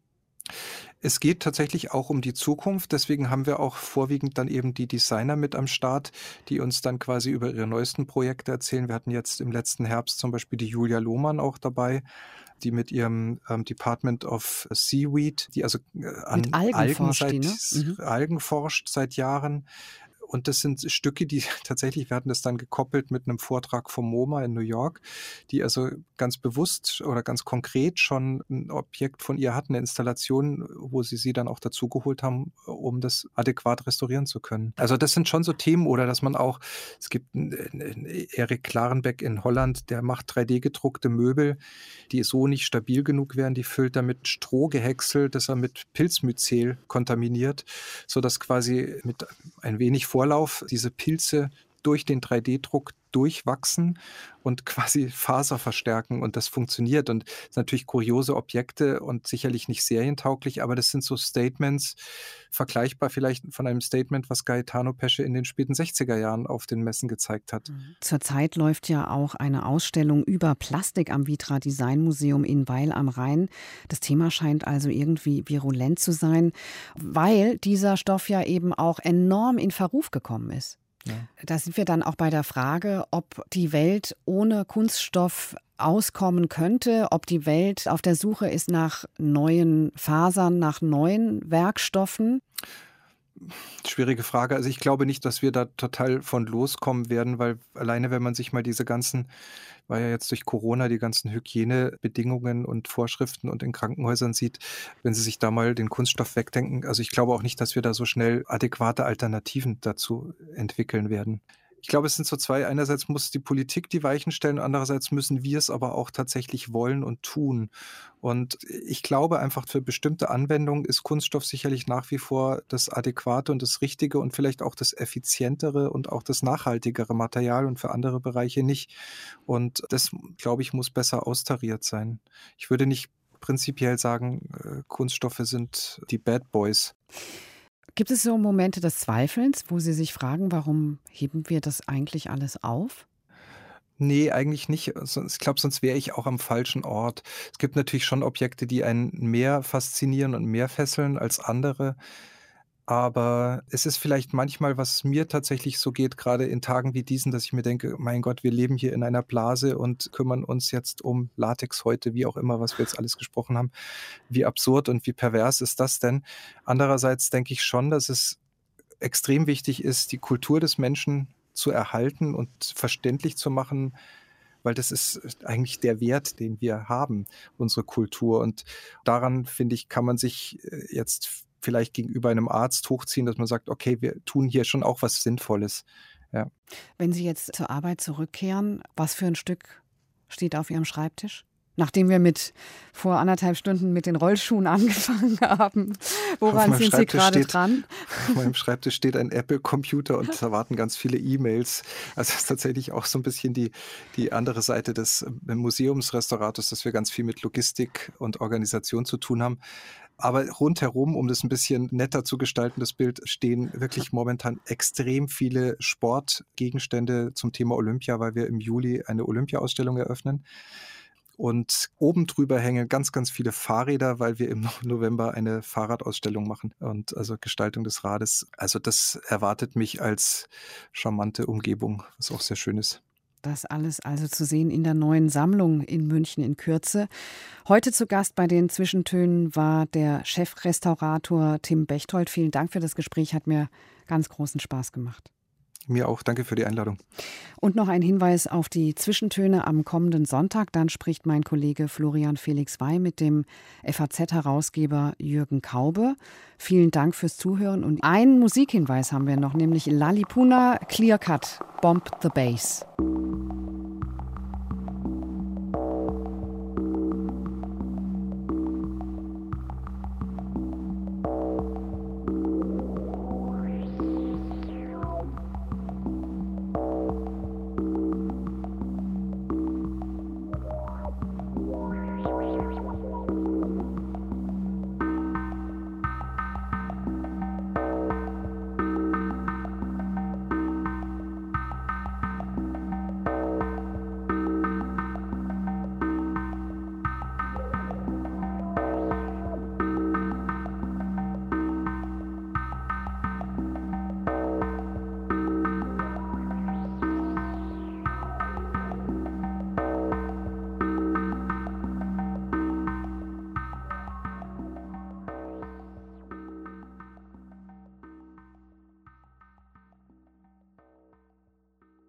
Es geht tatsächlich auch um die Zukunft, deswegen haben wir auch vorwiegend dann eben die Designer mit am Start, die uns dann quasi über ihre neuesten Projekte erzählen. Wir hatten jetzt im letzten Herbst zum Beispiel die Julia Lohmann auch dabei, die mit ihrem ähm, Department of Seaweed, die also äh, an Algen, Algen, forscht, seit, die, ne? mhm. Algen forscht seit Jahren. Und das sind Stücke, die tatsächlich, wir hatten das dann gekoppelt mit einem Vortrag vom MoMA in New York, die also ganz bewusst oder ganz konkret schon ein Objekt von ihr hatten, eine Installation, wo sie sie dann auch dazugeholt haben, um das adäquat restaurieren zu können. Also das sind schon so Themen, oder dass man auch, es gibt einen, einen Erik Klarenbeck in Holland, der macht drei D gedruckte Möbel, die so nicht stabil genug wären, die füllt er mit Strohgehäcksel, das er mit Pilzmycel kontaminiert, sodass quasi mit ein wenig Vorlauf diese Pilze durch den drei D Druck durchwachsen und quasi Faser verstärken und das funktioniert und das sind natürlich kuriose Objekte und sicherlich nicht serientauglich, aber das sind so Statements, vergleichbar vielleicht von einem Statement, was Gaetano Pesce in den späten sechziger Jahren auf den Messen gezeigt hat. Zurzeit läuft ja auch eine Ausstellung über Plastik am Vitra Design Museum in Weil am Rhein. Das Thema scheint also irgendwie virulent zu sein, weil dieser Stoff ja eben auch enorm in Verruf gekommen ist. Ja. Da sind wir dann auch bei der Frage, ob die Welt ohne Kunststoff auskommen könnte, ob die Welt auf der Suche ist nach neuen Fasern, nach neuen Werkstoffen. Schwierige Frage. Also ich glaube nicht, dass wir da total von loskommen werden, weil alleine, wenn man sich mal diese ganzen, war ja jetzt durch Corona, die ganzen Hygienebedingungen und Vorschriften und in Krankenhäusern sieht, wenn Sie sich da mal den Kunststoff wegdenken, also ich glaube auch nicht, dass wir da so schnell adäquate Alternativen dazu entwickeln werden. Ich glaube, es sind so zwei. Einerseits muss die Politik die Weichen stellen, andererseits müssen wir es aber auch tatsächlich wollen und tun. Und ich glaube einfach, für bestimmte Anwendungen ist Kunststoff sicherlich nach wie vor das adäquate und das Richtige und vielleicht auch das effizientere und auch das nachhaltigere Material und für andere Bereiche nicht. Und das, glaube ich, muss besser austariert sein. Ich würde nicht prinzipiell sagen, äh, Kunststoffe sind die Bad Boys. Gibt es so Momente des Zweifelns, wo Sie sich fragen, warum heben wir das eigentlich alles auf? Nee, eigentlich nicht. Sonst ich glaube, sonst wäre ich auch am falschen Ort. Es gibt natürlich schon Objekte, die einen mehr faszinieren und mehr fesseln als andere. Aber es ist vielleicht manchmal, was mir tatsächlich so geht, gerade in Tagen wie diesen, dass ich mir denke: „Mein Gott, wir leben hier in einer Blase und kümmern uns jetzt um Latexhäute“, wie auch immer, was wir jetzt alles gesprochen haben. Wie absurd und wie pervers ist das denn? Andererseits denke ich schon, dass es extrem wichtig ist, die Kultur des Menschen zu erhalten und verständlich zu machen, weil das ist eigentlich der Wert, den wir haben, unsere Kultur. Und daran, finde ich, kann man sich äh, jetzt vielleicht gegenüber einem Arzt hochziehen, dass man sagt: „Okay, wir tun hier schon auch was Sinnvolles.“ Ja. Wenn Sie jetzt zur Arbeit zurückkehren, was für ein Stück steht auf Ihrem Schreibtisch? Nachdem wir mit vor anderthalb Stunden mit den Rollschuhen angefangen haben, woran meinem sind Sie Schreibtisch gerade steht- dran? Auf meinem Schreibtisch steht ein Apple-Computer und da warten ganz viele E-Mails. Also das ist tatsächlich auch so ein bisschen die, die andere Seite des äh, Museumsrestaurators, dass wir ganz viel mit Logistik und Organisation zu tun haben. Aber rundherum, um das ein bisschen netter zu gestalten, das Bild, stehen wirklich momentan extrem viele Sportgegenstände zum Thema Olympia, weil wir im Juli eine Olympia-Ausstellung eröffnen. Und oben drüber hängen ganz, ganz viele Fahrräder, weil wir im November eine Fahrradausstellung machen und also Gestaltung des Rades. Also das erwartet mich als charmante Umgebung, was auch sehr schön ist. Das alles also zu sehen in der neuen Sammlung in München in Kürze. Heute zu Gast bei den Zwischentönen war der Chefrestaurator Tim Bechtold. Vielen Dank für das Gespräch, hat mir ganz großen Spaß gemacht. Mir auch. Danke für die Einladung. Und noch ein Hinweis auf die Zwischentöne am kommenden Sonntag. Dann spricht mein Kollege Florian Felix Wey mit dem F A Z-Herausgeber Jürgen Kaube. Vielen Dank fürs Zuhören. Und einen Musikhinweis haben wir noch, nämlich Lalipuna Clear Cut, Bomb the Bass.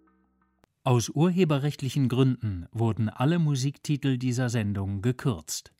Aus urheberrechtlichen Gründen wurden alle Musiktitel dieser Sendung gekürzt.